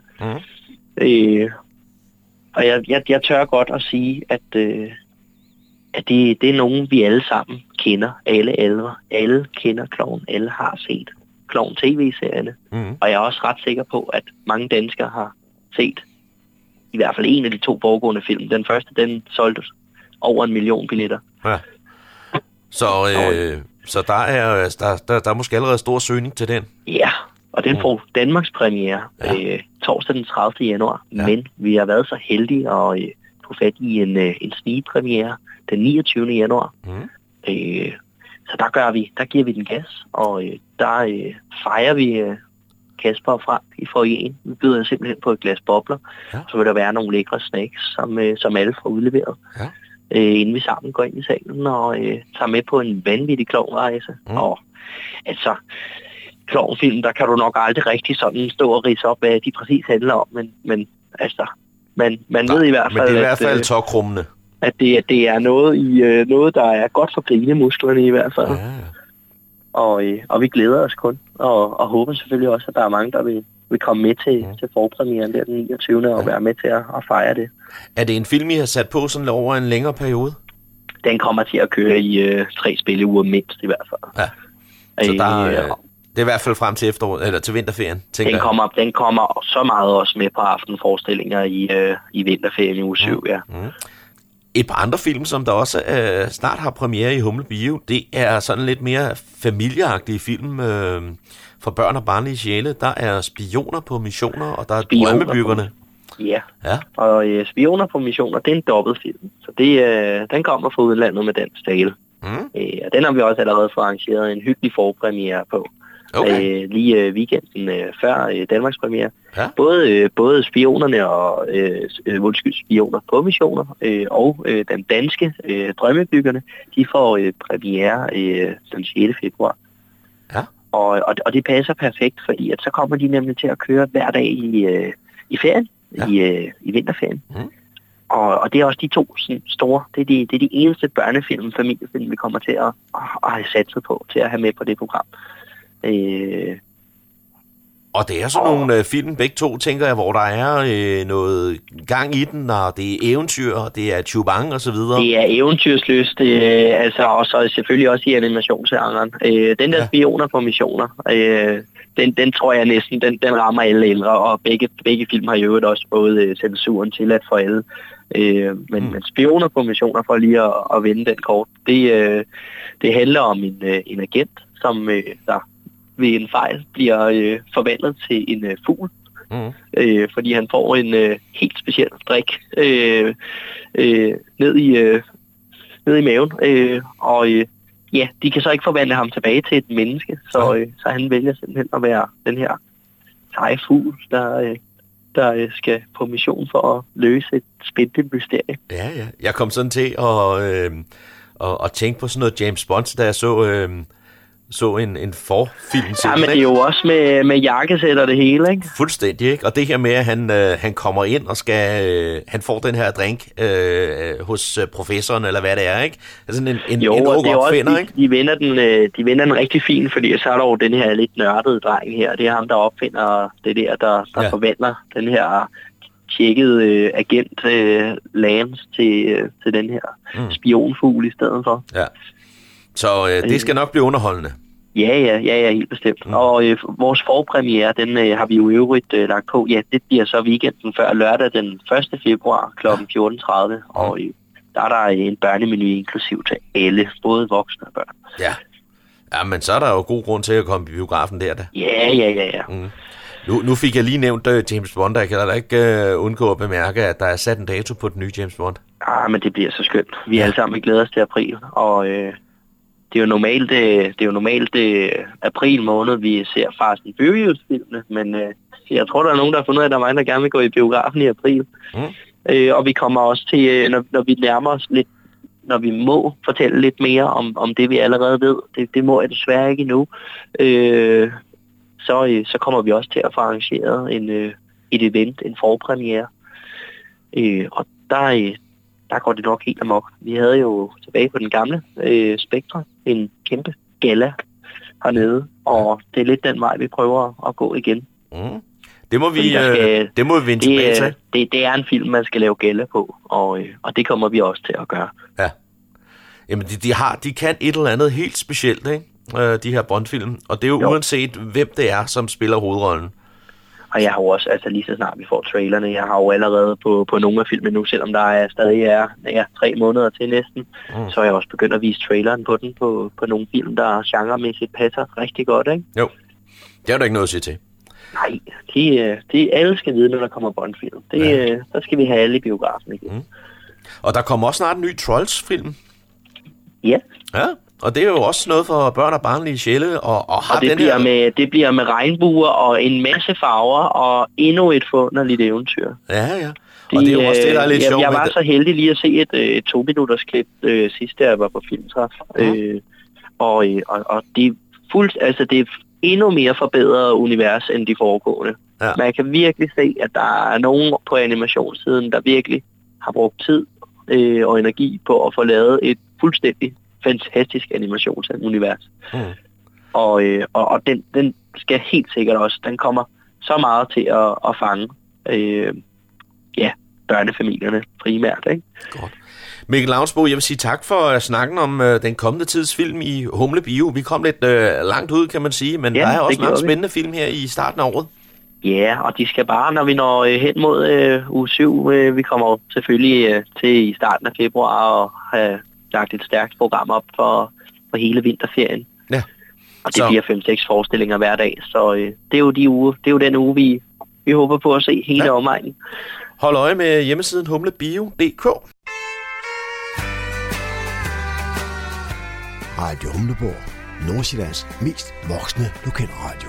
Og jeg tør godt at sige, at det er nogen, vi alle sammen kender. Alle kender Klovn. Alle har set Klovn TV-serierne. Og jeg er også ret sikker på, at mange danskere har set i hvert fald en af de 2 foregående film. Den første, den solgte over 1 million billetter. Ja. Så der er måske allerede stor søgning til den? Ja, og den får Danmarks premiere torsdag den 30. januar. Ja. Men vi har været så heldige at få fat i en snigpremiere den 29. januar. Så der giver vi den gas, og der fejrer vi Kasper og Frank i foyeren. Vi byder simpelthen på et glas bobler. Ja. Så vil der være nogle lækre snacks, som alle får udleveret. Ja. Inden vi sammen går ind i salen og tager med på en vanvittig klovnrejse. Og altså, klovnfilm, der kan du nok aldrig rigtig sådan stå og ridse op, hvad de præcis handler om, men altså, man ved i hvert fald, men det er i hvert fald tåkrummende. At det er noget, der er godt for grinemusklerne i hvert fald. Ja. Og vi glæder os kun, og håber selvfølgelig også, at der er mange, der vil komme med til forpremieren der den 29. og være med til at fejre det. Er det en film, I har sat på sådan over en længere periode? Den kommer til at køre i 3 spilleuger mindst i hvert fald. Ja. Så det er i hvert fald frem til efteråret, eller til vinterferien, tænker jeg. Den kommer så meget også med på aftenforestillinger i vinterferien i uge 7, ja. Et par andre film, som der også snart har premiere i Humle Bio, det er sådan lidt mere familieagtige film for børn og barnlige sjæle. Der er Spioner på missioner, og der er Drømmebyggerne. Ja, og Spioner på missioner, det er en dobbeltfilm. Så den kommer fra udlandet med dansk tale. Og den har vi også allerede fået arrangeret en hyggelig forpremiere på. Okay. Lige weekenden før Danmarks premiere. Ja. Både Spionerne og Spioner på missioner og den danske Drømmebyggerne, de får premiere den 6. februar. Ja. Og det passer perfekt, fordi at så kommer de nemlig til at køre hver dag i ferien, i vinterferien. Og det er også de 2 store, det er de eneste børnefilm, familiefilm, vi kommer til at have satset på, til at have med på det program. Og det er sådan nogle film, begge to, tænker jeg, hvor der er noget gang i den, og det er eventyr, og det er Chubang og så videre. Det er eventyrsløst, og så selvfølgelig også i animationsgenren. Den der spioner på missioner, den tror jeg næsten, den rammer alle ældre, og begge film har jo også både censuren tilladt for alle. Men spioner på missioner, for lige at vende den kort, det handler om en agent, som der ved en fejl bliver forvandlet til en fugl, fordi han får en helt speciel drik ned i maven, de kan så ikke forvandle ham tilbage til et menneske, så han vælger simpelthen at være den her seje fugl, der skal på mission for at løse et spændende mysterie. Ja. Jeg kom sådan til at tænke på sådan noget James Bond, da jeg så en forfilm. Ja, men det er jo også med jakkesæt og det hele, ikke? Fuldstændig, ikke? Og det her med, at han kommer ind og han får den her drink hos professoren, eller hvad det er, ikke? Altså en ung opfinder, ikke? De vender den rigtig fint, fordi så er der jo den her lidt nørdede dreng her. Det er ham, der opfinder det der forvandler den her tjekkede agent Lance til den her spionfugl i stedet for. Ja. Så det skal nok blive underholdende. Ja, helt bestemt. Og vores forpremiere, den har vi jo i øvrigt lagt på. Ja, det bliver så weekenden før lørdag den 1. februar kl. 14.30. Og der er der en børnemenu inklusiv til alle, både voksne og børn. Ja, men så er der jo god grund til at komme i biografen der da. Ja. Nu fik jeg lige nævnt James Bond, og jeg kan da ikke undgå at bemærke, at der er sat en dato på den nye James Bond. Men det bliver så skønt. Vi alle sammen glæder os til april, og det er jo normalt april måned, vi ser Fast and Furious-filmene, men jeg tror, der er nogen, der har fundet ud af, at der er mange, der gerne vil gå i biografen i april. Og vi kommer også til, når vi nærmer os lidt, når vi må fortælle lidt mere om det, vi allerede ved. Det må jeg desværre ikke endnu. Så kommer vi også til at få arrangeret et event, en forpremiere. Og der går det nok helt amok. Vi havde jo tilbage på den gamle Spektra en kæmpe gala hernede, og det er lidt den vej, vi prøver at gå igen. Det må vi vende tilbage til. Det er en film, man skal lave gala på, og det kommer vi også til at gøre. Ja. Jamen, de kan et eller andet helt specielt, ikke? De her Bond-film, og det er jo uanset, hvem det er, som spiller hovedrollen. Og jeg har jo også, altså lige så snart vi får trailerne, jeg har jo allerede på nogle af filmene nu, selvom der stadig er 3 måneder til næsten, så har jeg også begyndt at vise traileren på den, på nogle film, der genremæssigt passer rigtig godt, ikke? Jo, det er der ikke noget at sige til. Nej, alle skal vide, når der kommer Bond-film. Så skal vi have alle i biografen igen. Og der kommer også snart en ny Trolls-film. Ja. Ja. Og det er jo også noget for børn og barnlige sjæle. Og det bliver med regnbuer og en masse farver og endnu et forunderligt eventyr. Ja. Og det er jo også det, der er lidt sjovt. Jeg var så heldig lige at se et 2-minutters klip sidste, jeg var på Filmtræf. Og det er det er endnu mere forbedret univers end de foregående. Ja. Man kan virkelig se, at der er nogen på animationssiden, der virkelig har brugt tid og energi på at få lavet et fuldstændig fantastisk animationsunivers. Og den skal helt sikkert også, den kommer så meget til at fange børnefamilierne primært, ikke? Godt. Mikkel Lavnsbo, jeg vil sige tak for snakken om den kommende tids film i Humle Bio. Vi kom lidt langt ud, kan man sige, men der er også mange spændende film her i starten af året. Ja, og de skal bare, når vi når hen mod uge 7, vi kommer selvfølgelig til i starten af februar og have lagt et stærkt program op for hele vinterferien. Ja. Og det bliver 5-6 forestillinger hver dag, så det er jo den uge, vi håber på at se hele omegnen. Hold øje med hjemmesiden humlebio.dk. Radio Humleborg. Nordsjællands mest voksne lokalradio.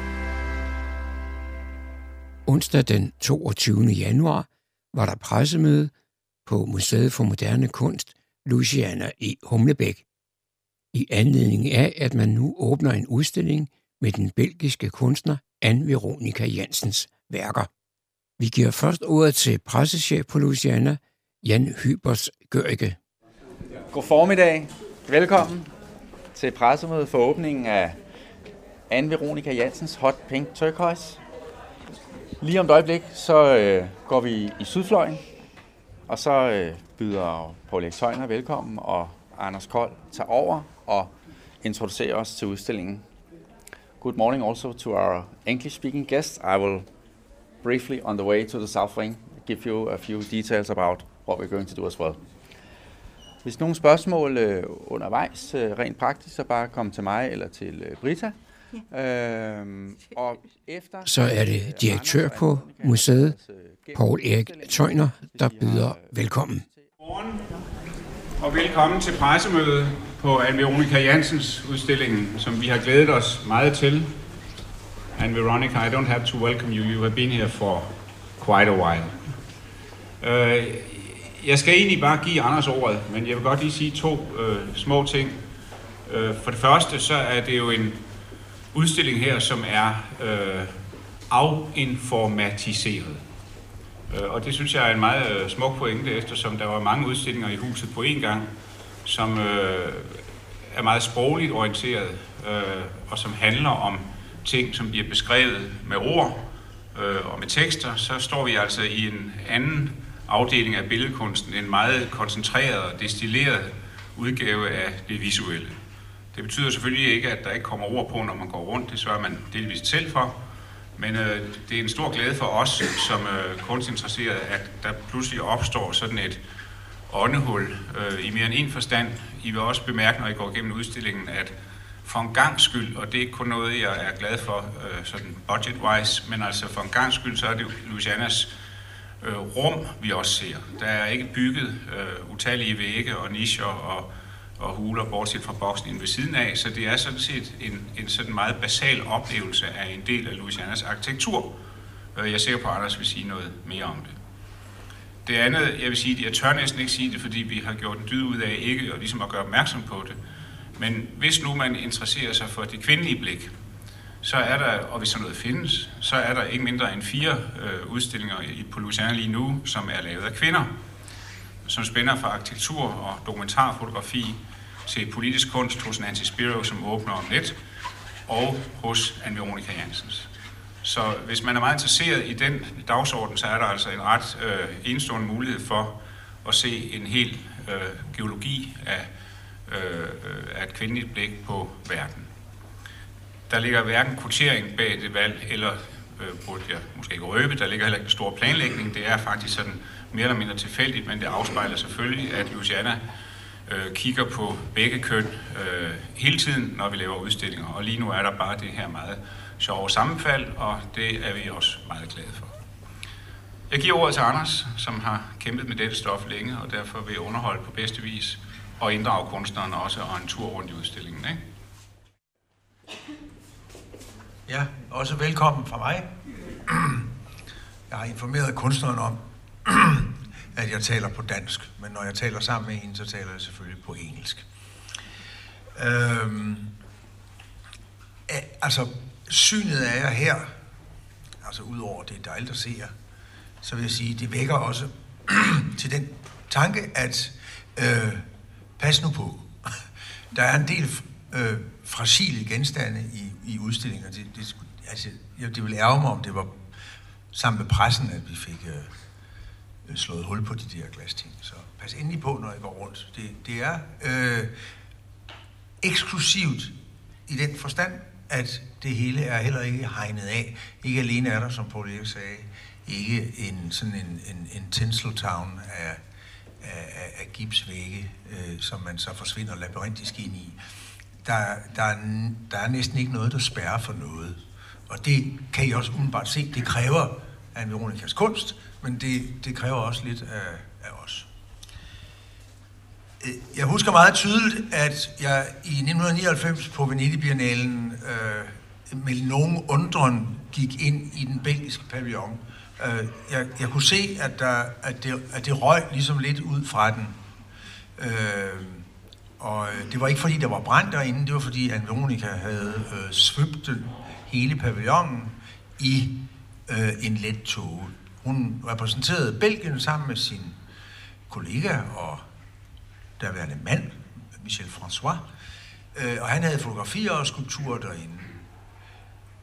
Onsdag den 22. januar var der pressemøde på Museet for Moderne Kunst, Louisiana i Humlebæk. I anledning af, at man nu åbner en udstilling med den belgiske kunstner Anne Veronica Jansens værker. Vi giver først ordet til pressechef på Louisiana, Jan Hybers Gørike. God formiddag. Velkommen til pressemødet for åbningen af Anne Veronica Jansens Hot Pink Turquoise. Lige om et øjeblik, så går vi i Sydfløjen, og så byder Poul Erik Tøjner velkommen, og Anders Kold tager over og introducerer os til udstillingen. Good morning also to our English-speaking guests. I will briefly, on the way to the South Wing, give you a few details about what we're going to do as well. Hvis nogle spørgsmål undervejs, rent praktisk, så bare kom til mig eller til Britta. Og efter, så er det direktør på museet, Poul Erik Tøjner, der byder velkommen. Godmorgen og velkommen til pressemødet på Anne Veronica Jansens udstillingen, som vi har glædet os meget til. Anne Veronica, I don't have to welcome you. You have been here for quite a while. Jeg skal egentlig bare give Anders ordet, men jeg vil godt lige sige to små ting. For det første, så er det jo en udstilling her, som er afinformatiseret. Og det synes jeg er en meget smuk pointe, eftersom der var mange udstillinger i huset på én gang, som er meget sprogligt orienteret, og som handler om ting, som bliver beskrevet med ord og med tekster. Så står vi altså i en anden afdeling af billedkunsten, en meget koncentreret og destilleret udgave af det visuelle. Det betyder selvfølgelig ikke, at der ikke kommer ord på, når man går rundt. Det sørger man delvist selv for. Men det er en stor glæde for os som kunstinteresserede, at der pludselig opstår sådan et åndehul i mere end en forstand. I vil også bemærke, når I går igennem udstillingen, at for en gangs skyld, og det er ikke kun noget, jeg er glad for sådan budget-wise, men altså for en gangs skyld, så er det Louisianas rum, vi også ser. Der er ikke bygget utallige vægge og nicher og huler, bortset fra boksen inde ved siden af, så det er sådan set en sådan meget basal oplevelse af en del af Louisianas arkitektur. Jeg er sikker på, at Anders vil sige noget mere om det. Det andet, jeg vil sige, jeg tør næsten ikke sige det, fordi vi har gjort en dyd ud af ikke og ligesom at gøre opmærksom på det, men hvis nu man interesserer sig for det kvindelige blik, så er der, og hvis sådan noget findes, så er der ikke mindre end 4 udstillinger på Louisiana lige nu, som er lavet af kvinder, som spænder fra arkitektur og dokumentarfotografi til politisk kunst hos Nancy Spiro, som åbner om lidt, og hos Anne Veronica Jansens. Så hvis man er meget interesseret i den dagsorden, så er der altså en ret enestående mulighed for at se en hel geologi af et kvindeligt blik på verden. Der ligger hverken kvotering bag det valg, eller burde jeg måske ikke røbe, der ligger heller ikke en stor planlægning. Det er faktisk sådan mere eller mindre tilfældigt, men det afspejler selvfølgelig, at Louisiana kigger på begge køn hele tiden, når vi laver udstillinger. Og lige nu er der bare det her meget sjove sammenfald, og det er vi også meget glade for. Jeg giver ordet til Anders, som har kæmpet med dette stof længe, og derfor vil jeg underholde på bedste vis og inddrage kunstnerne også og en tur rundt i udstillingen. Ikke? Ja, også velkommen fra mig. Jeg har informeret kunstneren om, at jeg taler på dansk, men når jeg taler sammen med hende, så taler jeg selvfølgelig på engelsk. Altså, synet af jer her, altså udover det er dejligt at se jer, så vil jeg sige, det vækker også til den tanke, at pas nu på. Der er en del fragile genstande i udstillinger. Det ville ærge mig, om det var sammen med pressen, at vi fik slået hul på de der glasting. Så pas endelig på, når I går rundt. Det er eksklusivt i den forstand, at det hele er heller ikke hegnet af. Ikke alene er der, som Poul Erik sagde, ikke en Tinseltown af gipsvægge, som man så forsvinder labyrintisk ind i. Der er næsten ikke noget, der spærrer for noget. Og det kan I også umiddelbart se. Det kræver Anne Veronicas kunst, men det kræver også lidt af os. Jeg husker meget tydeligt, at jeg i 1999 på Venedig-biennalen med nogen undren gik ind i den belgiske pavillon. Jeg kunne se, at det røg ligesom lidt ud fra den. Og det var ikke fordi, der var brand derinde, det var fordi Anne Veronica havde svøbt hele pavillonen i en let tåge. Hun repræsenterede Belgien sammen med sin kollega og derværende mand, Michel François, og han havde fotografier og skulpturer derinde.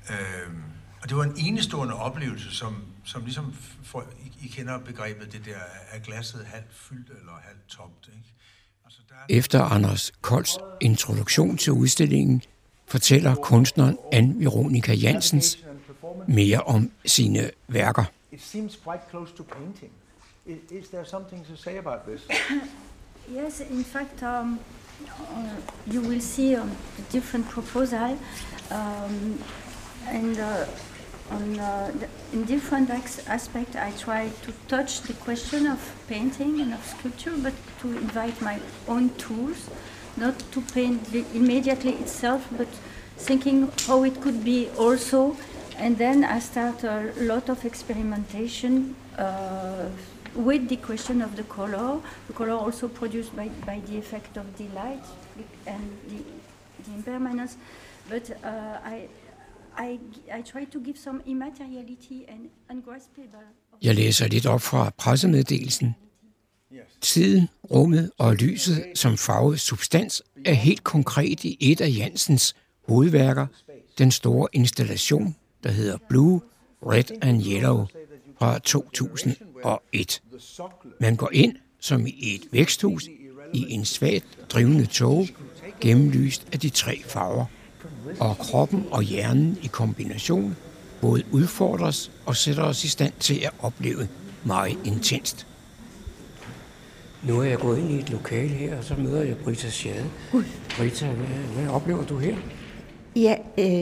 Og det var en enestående oplevelse, som ligesom, I kender begrebet, det der, er glasset halvt fyldt eller halvt tomt, ikke? Altså, Efter Anders Kolds introduktion til udstillingen, fortæller kunstneren Anne Veronica Jansens mere om sine værker. It seems quite close to painting. Is there something to say about this? Yes, in fact, you will see the different proposal, and in different aspects, I try to touch the question of painting and of sculpture, but to invite my own tools, not to paint immediately itself, but thinking how it could be also. And then I start a lot of experimentation with the question of the color also produced by the effect of the light and the impermanence. But I try to give some immateriality and ungraspable. Jeg læser lidt op fra pressemeddelelsen. Tiden, rummet og lyset som farvet substans er helt konkret i et af Jansens hovedværker, den store installation, der hedder Blue, Red and Yellow fra 2001. Man går ind som i et væksthus i en svagt drivende tåge, gennemlyst af de 3 farver, og kroppen og hjernen i kombination både udfordres og sætter os i stand til at opleve meget intenst. Nu er jeg gået ind i et lokale her, og så møder jeg Britta Schade. Britta, hvad oplever du her? Ja,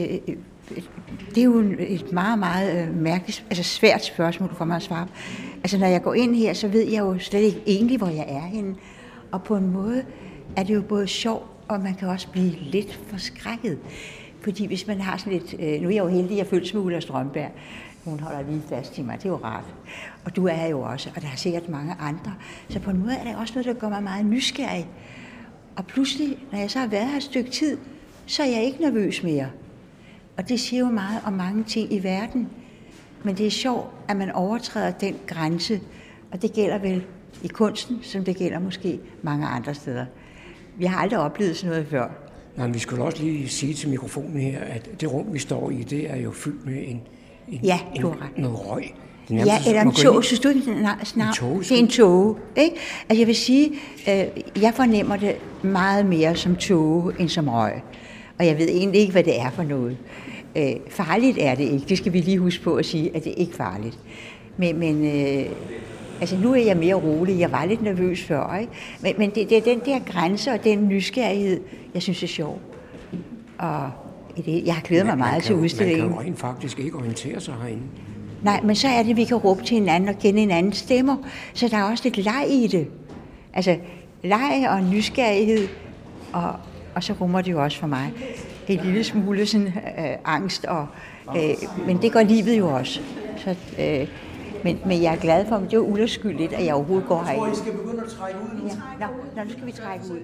det er jo et meget, meget mærkeligt, svært spørgsmål for mig at svare på. Altså, når jeg går ind her, så ved jeg jo slet ikke egentlig, hvor jeg er henne. Og på en måde er det jo både sjovt, og man kan også blive lidt forskrækket. Fordi hvis man har sådan lidt... Nu er jeg jo heldig, jeg følger med Ulla Strømberg. Hun holder lige fast i mig, det er jo rart. Og du er jo også, og der er sikkert mange andre. Så på en måde er der også noget, der gør mig meget nysgerrig. Og pludselig, når jeg så har været her et stykke tid, så er jeg ikke nervøs mere. Og det siger jo meget om mange ting i verden. Men det er sjovt, at man overtræder den grænse. Og det gælder vel i kunsten, som det gælder måske mange andre steder. Vi har aldrig oplevet sådan noget før. Nej, men vi skulle også lige sige til mikrofonen her, at det rum, vi står i, det er jo fyldt med noget røg. Ja, eller en tåge. Synes du ikke, det er en tåge, ikke? Altså jeg vil sige, jeg fornemmer det meget mere som tåge end som røg. Og jeg ved egentlig ikke, hvad det er for noget. Farligt er det ikke. Det skal vi lige huske på at sige, at det ikke er farligt. Men altså nu er jeg mere rolig. Jeg var lidt nervøs før, ikke? Men det er den der grænse og den nysgerrighed, jeg synes er sjov. Og jeg har glædet mig meget til udstillingen. Man kan jo rent faktisk ikke orientere sig herinde. Nej, men så er det, at vi kan råbe til hinanden og kende hinandens stemmer. Så der er også lidt leg i det. Altså leg og nysgerrighed. Og så rummer det jo også for mig en lille smule sådan, angst. Men det gør livet jo også. Så, men jeg er glad for, at det er Ullas skyld lidt, at jeg overhovedet går herind. Jeg tror, I skal begynde at trække ud. Ja. Nu skal vi trække ud.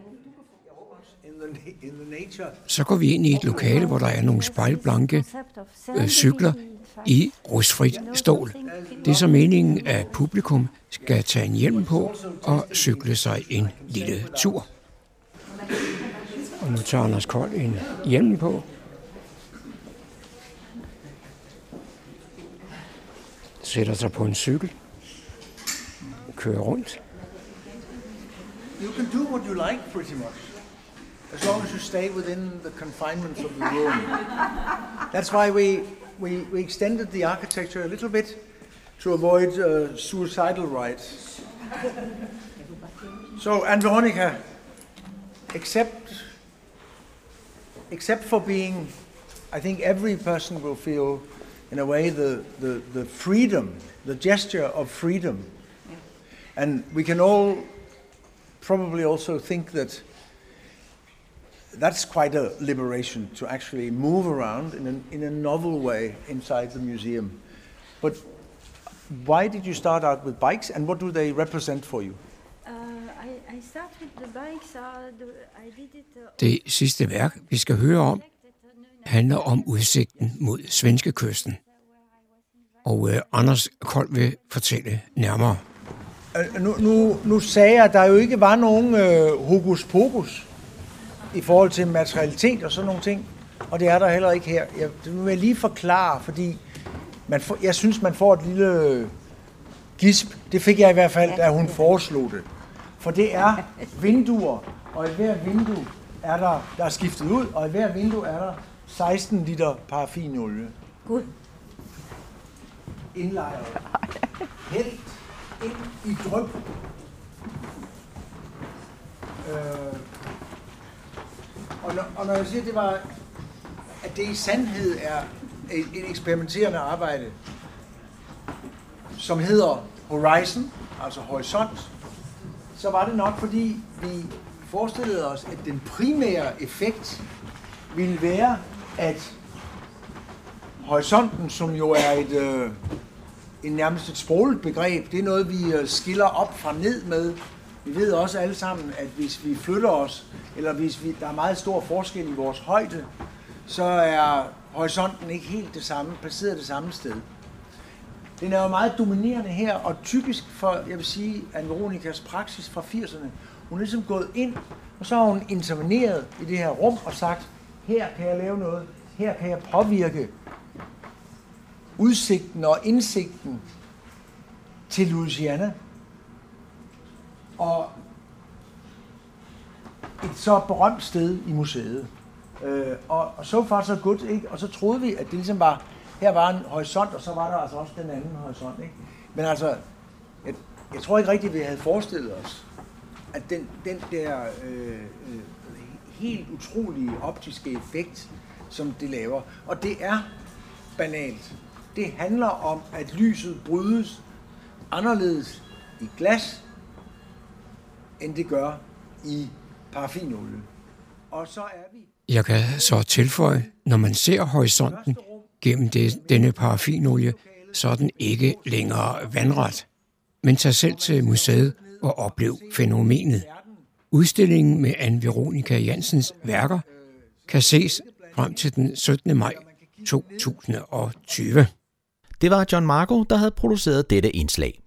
Så går vi ind i et lokale, hvor der er nogle spejlblanke cykler i rustfrit stål. Det er så meningen, at publikum skal tage en hjelm på og cykle sig en lille tur. Og nu tager Anders Kold en hjelm på. Sætter sig på en cykel. Kører rundt. You can do what you like pretty much. As long as you stay within the confinements of the room. That's why we extended the architecture a little bit to avoid suicidal rights. So, Anne Veronica, except for being, I think every person will feel, in a way, the freedom, the gesture of freedom. And we can all probably also think that that's quite a liberation to actually move around in a novel way inside the museum. But why did you start out with bikes, and what do they represent for you? I start with the bikes. I did it. Det sidste værk, vi skal høre om, handler om udsigten mod svenske kysten. Og Anders Kold vil fortælle nærmere. Nu sagde jeg, at der jo ikke var nogen hokus pokus i forhold til materialitet og sådan nogle ting. og det er der heller ikke her. Det vil jeg lige forklare, fordi jeg synes, man får et lille gisp. Det fik jeg i hvert fald, da hun foreslog det. For det er vinduer, og i hver vindue er der er skiftet ud, og i hver vindue er der 16 liter paraffinolie. Gud. Indlejret. Helt ind i dryp. Og når jeg siger, at det i sandhed er et eksperimenterende arbejde, som hedder Horizon, altså horisont, så var det nok, fordi vi forestillede os, at den primære effekt ville være, at horisonten, som jo er nærmest et sprogligt begreb, det er noget, vi skiller op fra ned med. Vi ved også alle sammen, at hvis vi flytter os, eller hvis der er meget stor forskel i vores højde, så er horisonten ikke helt det samme, placeret det samme sted. Den er jo meget dominerende her, og typisk for, jeg vil sige, Anne Veronikas praksis fra 80'erne. Hun er ligesom gået ind, og så har hun interveneret i det her rum og sagt, her kan jeg lave noget, her kan jeg påvirke udsigten og indsigten til Louisiana. Og et så berømt sted i museet. Og so far so good, ikke? Og så troede vi, at det ligesom var, her var en horisont, og så var der altså også den anden horisont, ikke? Men altså, jeg tror ikke rigtigt, vi havde forestillet os, at den der helt utrolige optiske effekt, som det laver, og det er banalt. Det handler om, at lyset brydes anderledes i glas, end det gør i paraffinolie. Og så er vi... Jeg kan så tilføje, når man ser horisonten gennem denne paraffinolie, så er den ikke længere vandret. Men tag selv til museet og oplev fænomenet. Udstillingen med Anne Veronica Jansens værker kan ses frem til den 17. maj 2020. Det var John Marco, der havde produceret dette indslag.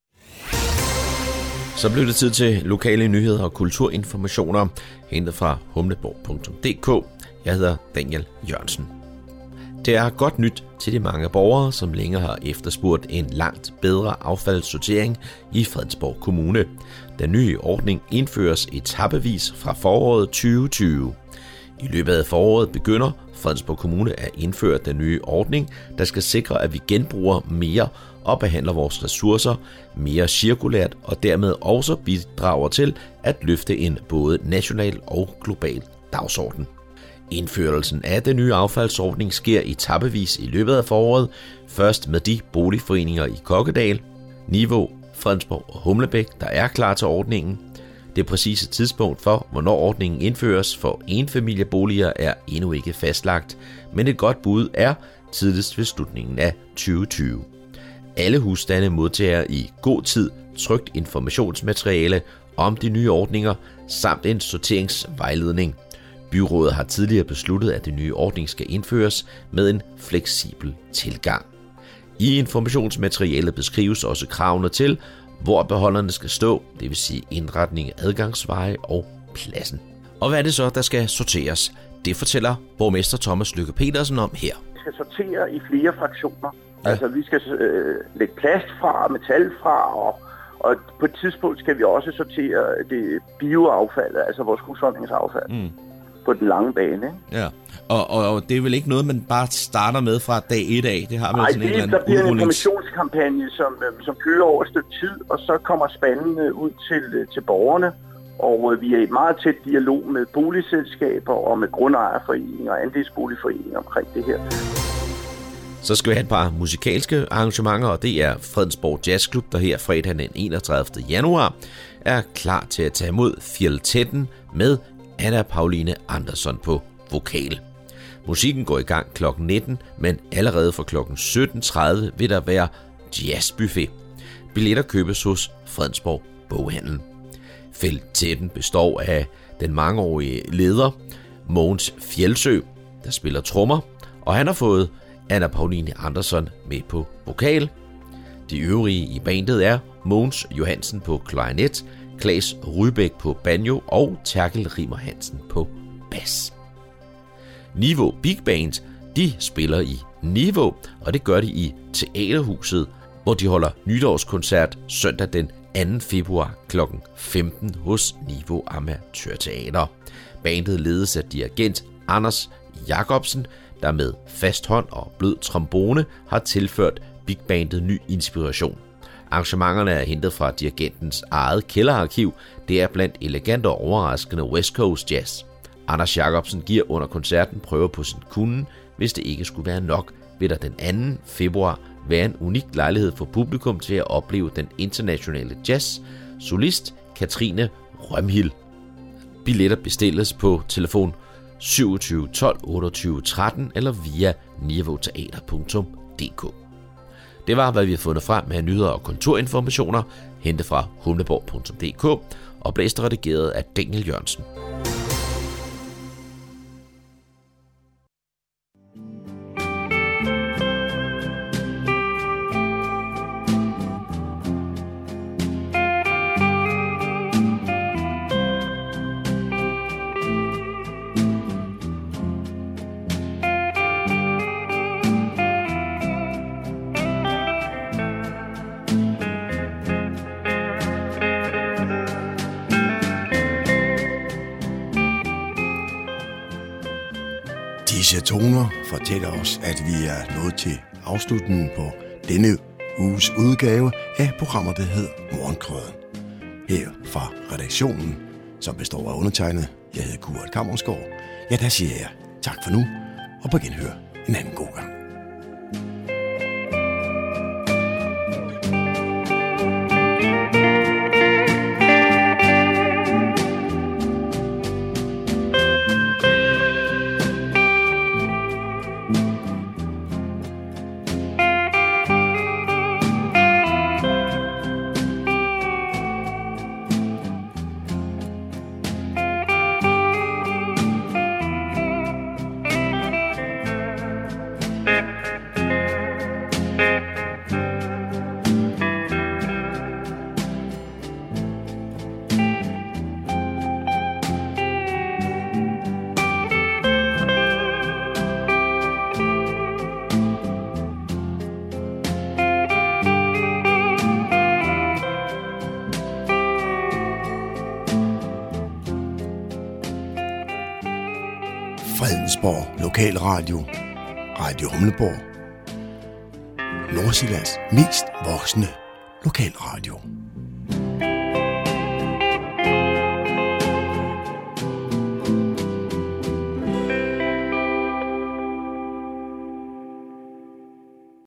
Så blev det tid til lokale nyheder og kulturinformationer, hentet fra humleborg.dk. Jeg hedder Daniel Jørgensen. Det er godt nyt til de mange borgere, som længe har efterspurgt en langt bedre affaldssortering i Fredensborg Kommune. Den nye ordning indføres etapevis fra foråret 2020. I løbet af foråret begynder Fredensborg Kommune at indføre den nye ordning, der skal sikre, at vi genbruger mere og behandler vores ressourcer mere cirkulært og dermed også bidrager til at løfte en både national og global dagsorden. Indførelsen af den nye affaldsordning sker etapevis i løbet af foråret, først med de boligforeninger i Kokkedal, Nivå, Fredensborg og Humlebæk, der er klar til ordningen. Det præcise tidspunkt for, hvornår ordningen indføres for enfamilieboliger er endnu ikke fastlagt, men et godt bud er tidligst ved slutningen af 2020. Alle husstande modtager i god tid trykt informationsmateriale om de nye ordninger samt en sorteringsvejledning. Byrådet har tidligere besluttet, at den nye ordning skal indføres med en fleksibel tilgang. I informationsmaterialet beskrives også kravene til, hvor beholderne skal stå, det vil sige indretning af adgangsveje og pladsen. Og hvad er det så, der skal sorteres? Det fortæller borgmester Thomas Lykke Petersen om her. Vi skal sortere i flere fraktioner. Ja. Altså vi skal lægge plast fra, metal fra, og på et tidspunkt skal vi også sortere det bioaffald, altså vores husholdningsaffald. På den lange bane. Ikke? Ja, og det er vel ikke noget, man bare starter med fra dag 1 af? Det har man sådan en eller anden der bliver en informationskampagne, som kører over et stykke tid, og så kommer spanden ud til borgerne. Og vi er i meget tæt dialog med boligselskaber og med grundejerforeninger og andelsboligforeninger omkring det her. Så skal vi have et par musikalske arrangementer, og det er Fredensborg Jazzklub, der her fredag den 31. januar er klar til at tage imod Fjelltetten med Anna Pauline Andersson på vokal. Musikken går i gang kl. 19, men allerede fra kl. 17.30 vil der være jazzbuffet. Billetter købes hos Fredensborg Boghandel. Fjelltetten består af den mangeårige leder Mogens Fjeldsø, der spiller trommer, og han har fået Anna Pauline Andersson med på vokal. De øvrige i bandet er Mogens Johansen på klarinet, Claes Rybæk på banjo og Terkel Rimmer Hansen på bas. Nivå Big Band, de spiller i Nivå, og det gør de i Teaterhuset, hvor de holder nytårskoncert søndag den 2. februar kl. 15 hos Nivå Amatørteater. Bandet ledes af dirigent Anders Jacobsen, der med fast hånd og blød trombone har tilført Big Bandet ny inspiration. Arrangementerne er hentet fra dirigentens eget kælderarkiv. Det er blandt elegant og overraskende West Coast jazz. Anders Jacobsen giver under koncerten prøver på sin kunnen. Hvis det ikke skulle være nok, vil der den 2. februar være en unik lejlighed for publikum til at opleve den internationale jazz-solist Katrine Rømhild. Billetter bestilles på telefon 27 12 28 13 eller via niveauteater.dk. Det var, hvad vi har fundet frem med nyheder og kontorinformationer, hentet fra humleborg.dk og blæst og redigeret af Daniel Jørgensen. Disse toner fortæller os, at vi er nået til afslutningen på denne uges udgave af programmet, der hedder Morgenkrøden. Her fra redaktionen, som består af undertegnet, jeg hedder Kurt Kammersgaard. Ja, der siger jeg tak for nu, og på genhør en anden god gang. Fredensborg Lokalradio, Radio Humleborg, Nordsjællands mest voksne lokalradio.